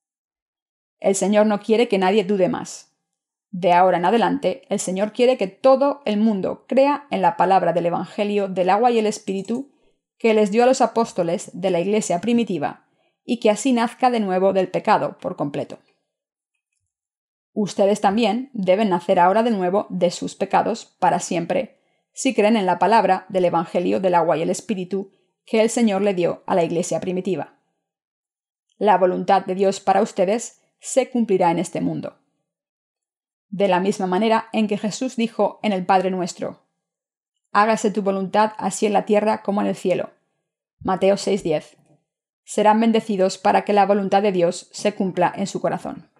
El Señor no quiere que nadie dude más. De ahora en adelante, el Señor quiere que todo el mundo crea en la palabra del Evangelio del agua y el Espíritu que les dio a los apóstoles de la Iglesia primitiva y que así nazca de nuevo del pecado por completo. Ustedes también deben nacer ahora de nuevo de sus pecados para siempre, si creen en la palabra del Evangelio del agua y el Espíritu que el Señor le dio a la Iglesia primitiva. La voluntad de Dios para ustedes se cumplirá en este mundo. De la misma manera en que Jesús dijo en el Padre Nuestro: «Hágase tu voluntad así en la tierra como en el cielo». Mateo seis diez. Serán bendecidos para que la voluntad de Dios se cumpla en su corazón.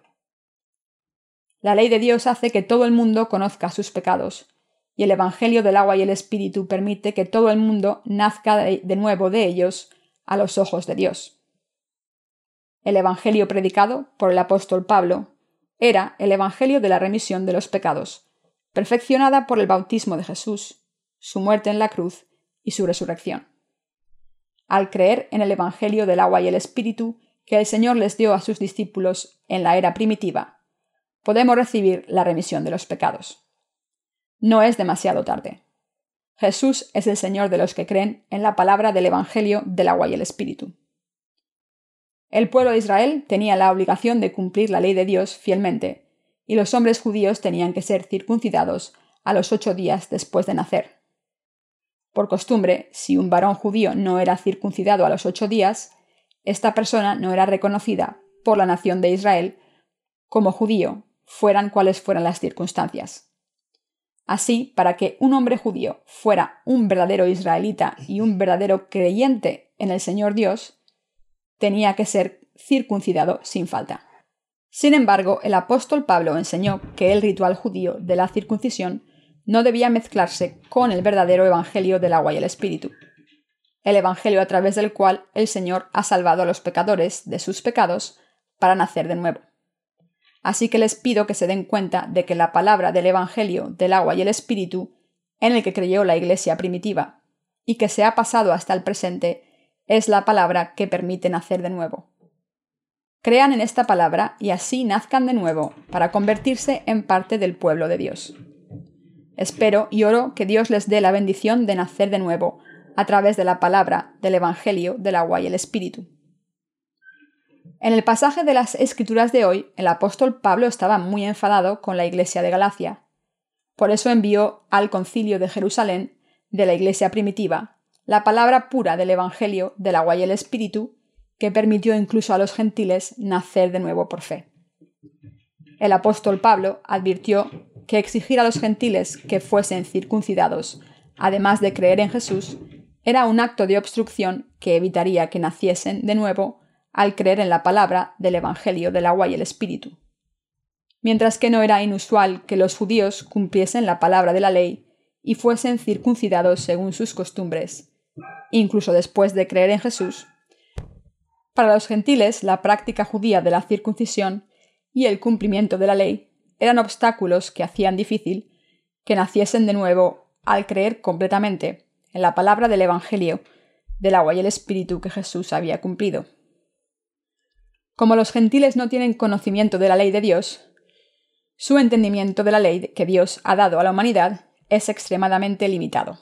La ley de Dios hace que todo el mundo conozca sus pecados, y el Evangelio del agua y el Espíritu permite que todo el mundo nazca de nuevo de ellos a los ojos de Dios. El Evangelio predicado por el apóstol Pablo era el Evangelio de la remisión de los pecados, perfeccionada por el bautismo de Jesús, su muerte en la cruz y su resurrección. Al creer en el Evangelio del agua y el Espíritu que el Señor les dio a sus discípulos en la era primitiva, podemos recibir la remisión de los pecados. No es demasiado tarde. Jesús es el Señor de los que creen en la palabra del Evangelio del agua y el Espíritu. El pueblo de Israel tenía la obligación de cumplir la ley de Dios fielmente, y los hombres judíos tenían que ser circuncidados a los ocho días después de nacer. Por costumbre, si un varón judío no era circuncidado a los ocho días, esta persona no era reconocida por la nación de Israel como judío, fueran cuales fueran las circunstancias. Así, para que un hombre judío fuera un verdadero israelita y un verdadero creyente en el Señor Dios, tenía que ser circuncidado sin falta. Sin embargo, el apóstol Pablo enseñó que el ritual judío de la circuncisión no debía mezclarse con el verdadero evangelio del agua y el espíritu, el evangelio a través del cual el Señor ha salvado a los pecadores de sus pecados para nacer de nuevo. Así que les pido que se den cuenta de que la palabra del evangelio del agua y el espíritu, en el que creyó la Iglesia primitiva, y que se ha pasado hasta el presente, es la palabra que permite nacer de nuevo. Crean en esta palabra y así nazcan de nuevo para convertirse en parte del pueblo de Dios. Espero y oro que Dios les dé la bendición de nacer de nuevo a través de la palabra del evangelio del agua y el espíritu. En el pasaje de las Escrituras de hoy, el apóstol Pablo estaba muy enfadado con la iglesia de Galacia. Por eso envió al concilio de Jerusalén de la iglesia primitiva la palabra pura del evangelio del agua y el espíritu, que permitió incluso a los gentiles nacer de nuevo por fe. El apóstol Pablo advirtió que exigir a los gentiles que fuesen circuncidados, además de creer en Jesús, era un acto de obstrucción que evitaría que naciesen de nuevo al creer en la palabra del evangelio del agua y el espíritu. Mientras que no era inusual que los judíos cumpliesen la palabra de la ley y fuesen circuncidados según sus costumbres, incluso después de creer en Jesús, para los gentiles la práctica judía de la circuncisión y el cumplimiento de la ley eran obstáculos que hacían difícil que naciesen de nuevo al creer completamente en la palabra del evangelio del agua y el espíritu que Jesús había cumplido. Como los gentiles no tienen conocimiento de la ley de Dios, su entendimiento de la ley que Dios ha dado a la humanidad es extremadamente limitado.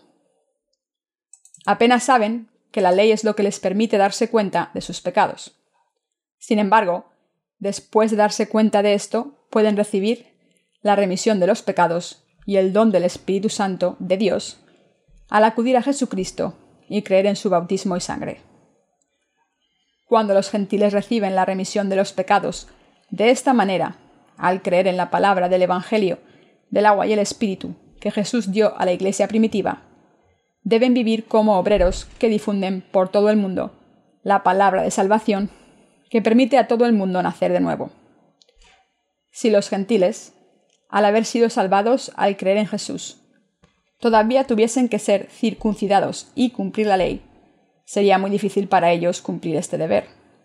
Apenas saben que la ley es lo que les permite darse cuenta de sus pecados. Sin embargo, después de darse cuenta de esto, pueden recibir la remisión de los pecados y el don del Espíritu Santo de Dios al acudir a Jesucristo y creer en su bautismo y sangre. Cuando los gentiles reciben la remisión de los pecados de esta manera, al creer en la palabra del Evangelio del agua y el Espíritu que Jesús dio a la iglesia primitiva, deben vivir como obreros que difunden por todo el mundo la palabra de salvación que permite a todo el mundo nacer de nuevo. Si los gentiles, al haber sido salvados al creer en Jesús, todavía tuviesen que ser circuncidados y cumplir la ley, sería muy difícil para ellos cumplir este deber.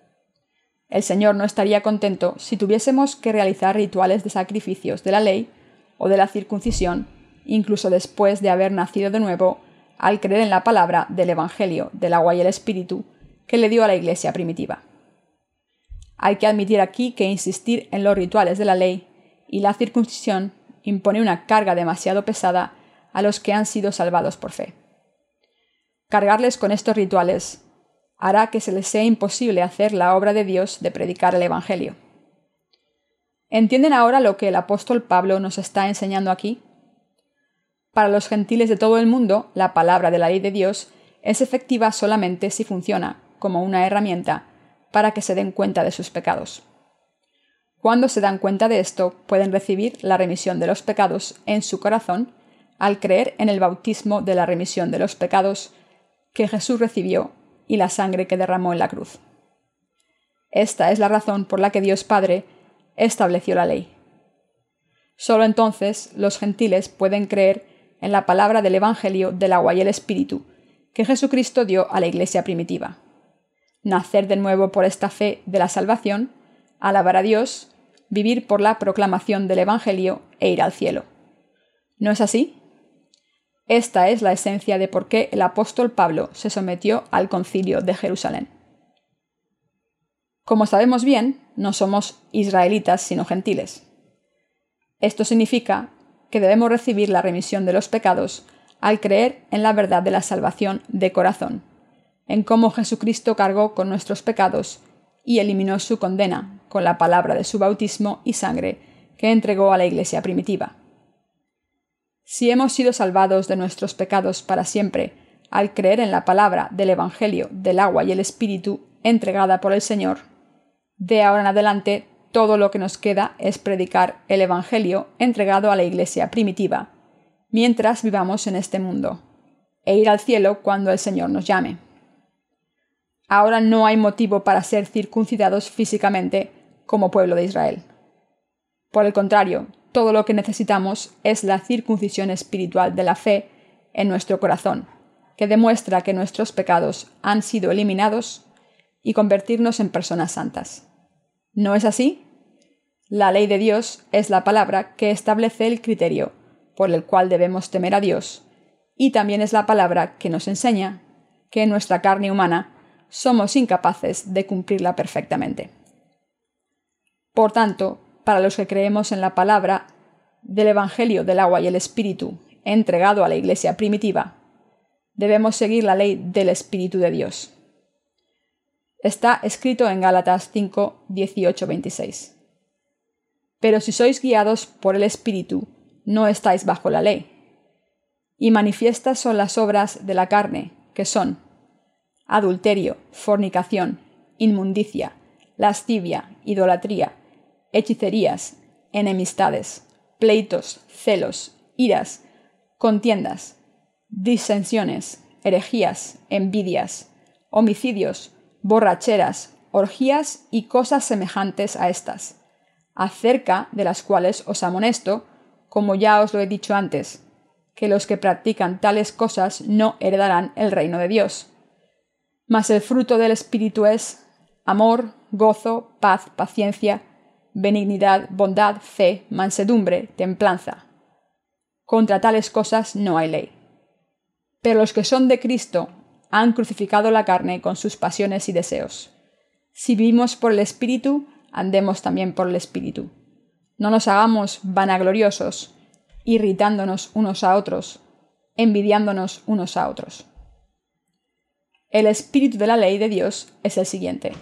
El Señor no estaría contento si tuviésemos que realizar rituales de sacrificios de la ley o de la circuncisión, incluso después de haber nacido de nuevo al creer en la palabra del Evangelio del agua y el Espíritu que le dio a la iglesia primitiva. Hay que admitir aquí que insistir en los rituales de la ley y la circuncisión impone una carga demasiado pesada a los que han sido salvados por fe. Cargarles con estos rituales hará que se les sea imposible hacer la obra de Dios de predicar el Evangelio. ¿Entienden ahora lo que el apóstol Pablo nos está enseñando aquí? Para los gentiles de todo el mundo, la palabra de la ley de Dios es efectiva solamente si funciona como una herramienta para que se den cuenta de sus pecados. Cuando se dan cuenta de esto, pueden recibir la remisión de los pecados en su corazón al creer en el bautismo de la remisión de los pecados que Jesús recibió y la sangre que derramó en la cruz. Esta es la razón por la que Dios Padre estableció la ley. Solo entonces los gentiles pueden creer en la palabra del Evangelio del agua y el Espíritu que Jesucristo dio a la iglesia primitiva. Nacer de nuevo por esta fe de la salvación, alabar a Dios, vivir por la proclamación del Evangelio e ir al cielo. ¿No es así? Esta es la esencia de por qué el apóstol Pablo se sometió al concilio de Jerusalén. Como sabemos bien, no somos israelitas sino gentiles. Esto significa que debemos recibir la remisión de los pecados al creer en la verdad de la salvación de corazón, en cómo Jesucristo cargó con nuestros pecados y eliminó su condena con la palabra de su bautismo y sangre que entregó a la iglesia primitiva. Si hemos sido salvados de nuestros pecados para siempre al creer en la palabra del Evangelio del agua y el Espíritu entregada por el Señor, de ahora en adelante todo lo que nos queda es predicar el Evangelio entregado a la Iglesia primitiva, mientras vivamos en este mundo, e ir al cielo cuando el Señor nos llame. Ahora no hay motivo para ser circuncidados físicamente como pueblo de Israel. Por el contrario, todo lo que necesitamos es la circuncisión espiritual de la fe en nuestro corazón, que demuestra que nuestros pecados han sido eliminados y convertirnos en personas santas. ¿No es así? La ley de Dios es la palabra que establece el criterio por el cual debemos temer a Dios, y también es la palabra que nos enseña que en nuestra carne humana somos incapaces de cumplirla perfectamente. Por tanto, para los que creemos en la palabra del Evangelio del agua y el Espíritu entregado a la Iglesia primitiva, debemos seguir la ley del Espíritu de Dios. Está escrito en Gálatas cinco, dieciocho, veintiséis. Pero si sois guiados por el Espíritu, no estáis bajo la ley. Y manifiestas son las obras de la carne, que son adulterio, fornicación, inmundicia, lascivia, idolatría, hechicerías, enemistades, pleitos, celos, iras, contiendas, disensiones, herejías, envidias, homicidios, borracheras, orgías y cosas semejantes a estas, acerca de las cuales os amonesto, como ya os lo he dicho antes, que los que practican tales cosas no heredarán el reino de Dios. Mas el fruto del Espíritu es amor, gozo, paz, paciencia, benignidad, bondad, fe, mansedumbre, templanza. Contra tales cosas no hay ley. Pero los que son de Cristo han crucificado la carne con sus pasiones y deseos. Si vivimos por el Espíritu, andemos también por el Espíritu. No nos hagamos vanagloriosos, irritándonos unos a otros, envidiándonos unos a otros. El espíritu de la ley de Dios es el siguiente: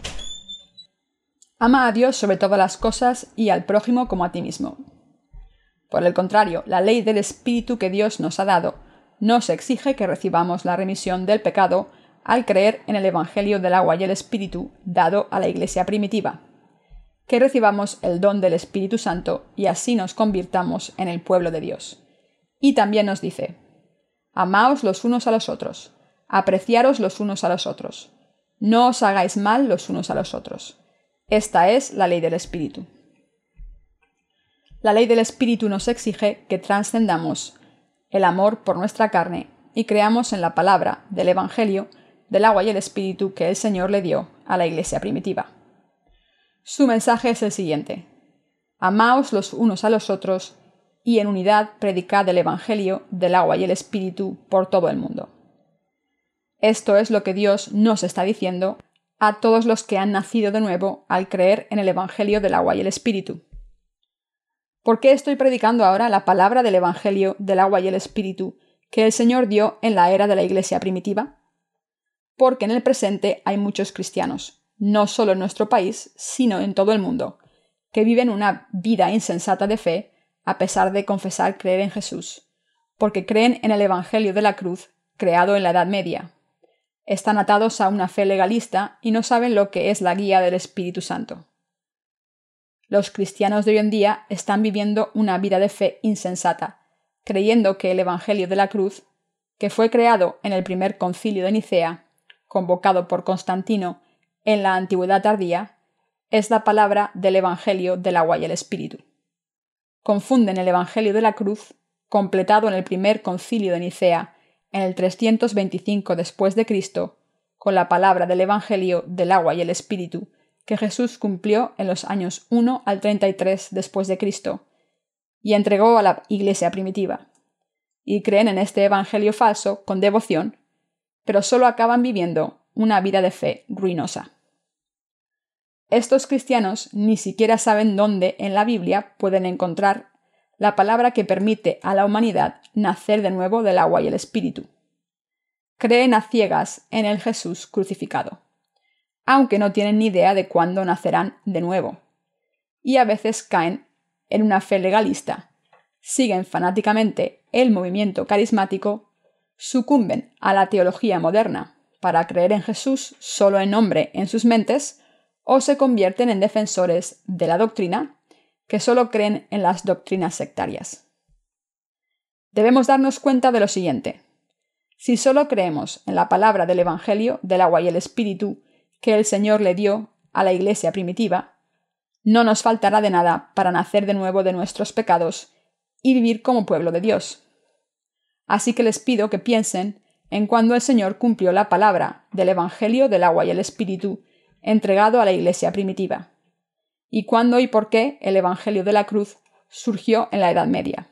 ama a Dios sobre todas las cosas y al prójimo como a ti mismo. Por el contrario, la ley del Espíritu que Dios nos ha dado nos exige que recibamos la remisión del pecado al creer en el Evangelio del agua y el Espíritu dado a la Iglesia primitiva, que recibamos el don del Espíritu Santo y así nos convirtamos en el pueblo de Dios. Y también nos dice: amaos los unos a los otros, apreciaros los unos a los otros, no os hagáis mal los unos a los otros. Esta es la ley del Espíritu. La ley del Espíritu nos exige que trascendamos el amor por nuestra carne y creamos en la palabra del Evangelio del agua y el Espíritu que el Señor le dio a la Iglesia primitiva. Su mensaje es el siguiente: amaos los unos a los otros y en unidad predicad el Evangelio del agua y el Espíritu por todo el mundo. Esto es lo que Dios nos está diciendo a todos los que han nacido de nuevo al creer en el Evangelio del agua y el Espíritu. ¿Por qué estoy predicando ahora la palabra del Evangelio del agua y el Espíritu que el Señor dio en la era de la Iglesia primitiva? Porque en el presente hay muchos cristianos, no solo en nuestro país, sino en todo el mundo, que viven una vida insensata de fe a pesar de confesar creer en Jesús, porque creen en el Evangelio de la cruz creado en la Edad Media. Están atados a una fe legalista y no saben lo que es la guía del Espíritu Santo. Los cristianos de hoy en día están viviendo una vida de fe insensata, creyendo que el Evangelio de la cruz, que fue creado en el primer concilio de Nicea, convocado por Constantino en la Antigüedad tardía, es la palabra del Evangelio del agua y el Espíritu. Confunden el Evangelio de la cruz, completado en el primer concilio de Nicea en el trescientos veinticinco después de Cristo, con la palabra del Evangelio del agua y el Espíritu que Jesús cumplió en los años uno al treinta y tres después de Cristo y entregó a la Iglesia primitiva. Y creen en este Evangelio falso con devoción, pero solo acaban viviendo una vida de fe ruinosa. Estos cristianos ni siquiera saben dónde en la Biblia pueden encontrar la palabra que permite a la humanidad nacer de nuevo del agua y el Espíritu. Creen a ciegas en el Jesús crucificado, aunque no tienen ni idea de cuándo nacerán de nuevo. Y a veces caen en una fe legalista, siguen fanáticamente el movimiento carismático, sucumben a la teología moderna para creer en Jesús solo en nombre en sus mentes o se convierten en defensores de la doctrina, que solo creen en las doctrinas sectarias. Debemos darnos cuenta de lo siguiente. Si solo creemos en la palabra del Evangelio del agua y el Espíritu que el Señor le dio a la Iglesia primitiva, no nos faltará de nada para nacer de nuevo de nuestros pecados y vivir como pueblo de Dios. Así que les pido que piensen en cuando el Señor cumplió la palabra del Evangelio del agua y el Espíritu entregado a la Iglesia primitiva, y cuándo y por qué el Evangelio de la cruz surgió en la Edad Media.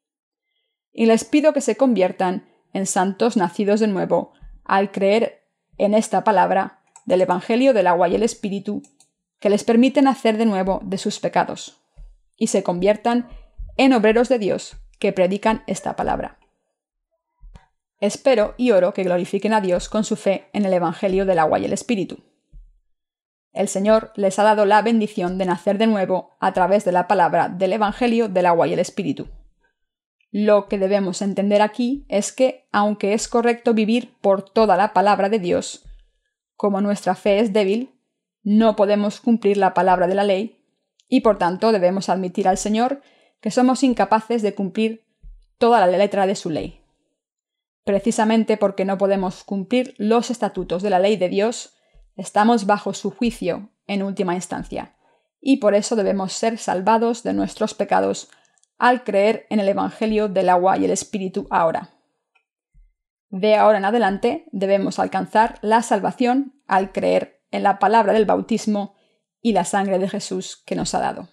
Y les pido que se conviertan en santos nacidos de nuevo al creer en esta palabra del Evangelio del agua y el Espíritu que les permite nacer de nuevo de sus pecados, y se conviertan en obreros de Dios que predican esta palabra. Espero y oro que glorifiquen a Dios con su fe en el Evangelio del agua y el Espíritu. El Señor les ha dado la bendición de nacer de nuevo a través de la palabra del Evangelio del agua y el Espíritu. Lo que debemos entender aquí es que, aunque es correcto vivir por toda la palabra de Dios, como nuestra fe es débil, no podemos cumplir la palabra de la ley y, por tanto, debemos admitir al Señor que somos incapaces de cumplir toda la letra de su ley. Precisamente porque no podemos cumplir los estatutos de la ley de Dios, estamos bajo su juicio en última instancia, y por eso debemos ser salvados de nuestros pecados al creer en el Evangelio del agua y el Espíritu ahora. De ahora en adelante debemos alcanzar la salvación al creer en la palabra del bautismo y la sangre de Jesús que nos ha dado.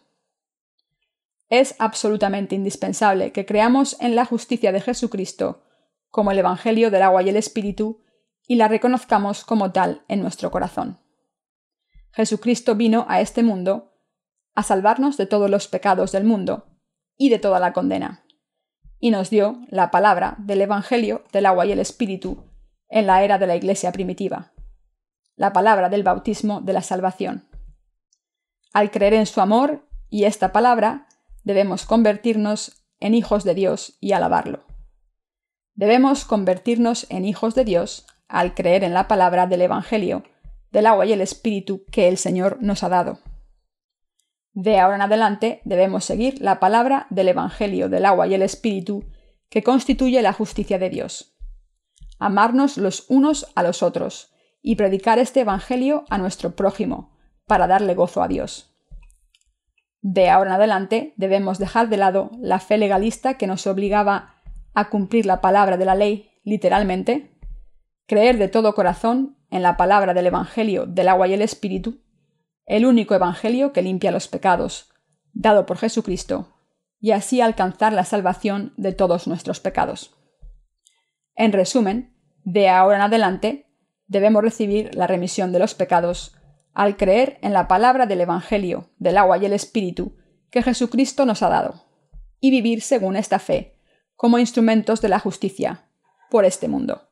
Es absolutamente indispensable que creamos en la justicia de Jesucristo como el Evangelio del agua y el Espíritu y la reconozcamos como tal en nuestro corazón. Jesucristo vino a este mundo a salvarnos de todos los pecados del mundo y de toda la condena, y nos dio la palabra del Evangelio del agua y el Espíritu en la era de la Iglesia primitiva, la palabra del bautismo de la salvación. Al creer en su amor y esta palabra, debemos convertirnos en hijos de Dios y alabarlo. Debemos convertirnos en hijos de Dios al creer en la palabra del Evangelio, del agua y el Espíritu que el Señor nos ha dado. De ahora en adelante debemos seguir la palabra del Evangelio del agua y el Espíritu que constituye la justicia de Dios. Amarnos los unos a los otros y predicar este Evangelio a nuestro prójimo para darle gozo a Dios. De ahora en adelante debemos dejar de lado la fe legalista que nos obligaba a cumplir la palabra de la ley literalmente, creer de todo corazón en la palabra del Evangelio del agua y el Espíritu, el único Evangelio que limpia los pecados, dado por Jesucristo, y así alcanzar la salvación de todos nuestros pecados. En resumen, de ahora en adelante, debemos recibir la remisión de los pecados al creer en la palabra del Evangelio del agua y el Espíritu que Jesucristo nos ha dado, y vivir según esta fe, como instrumentos de la justicia por este mundo.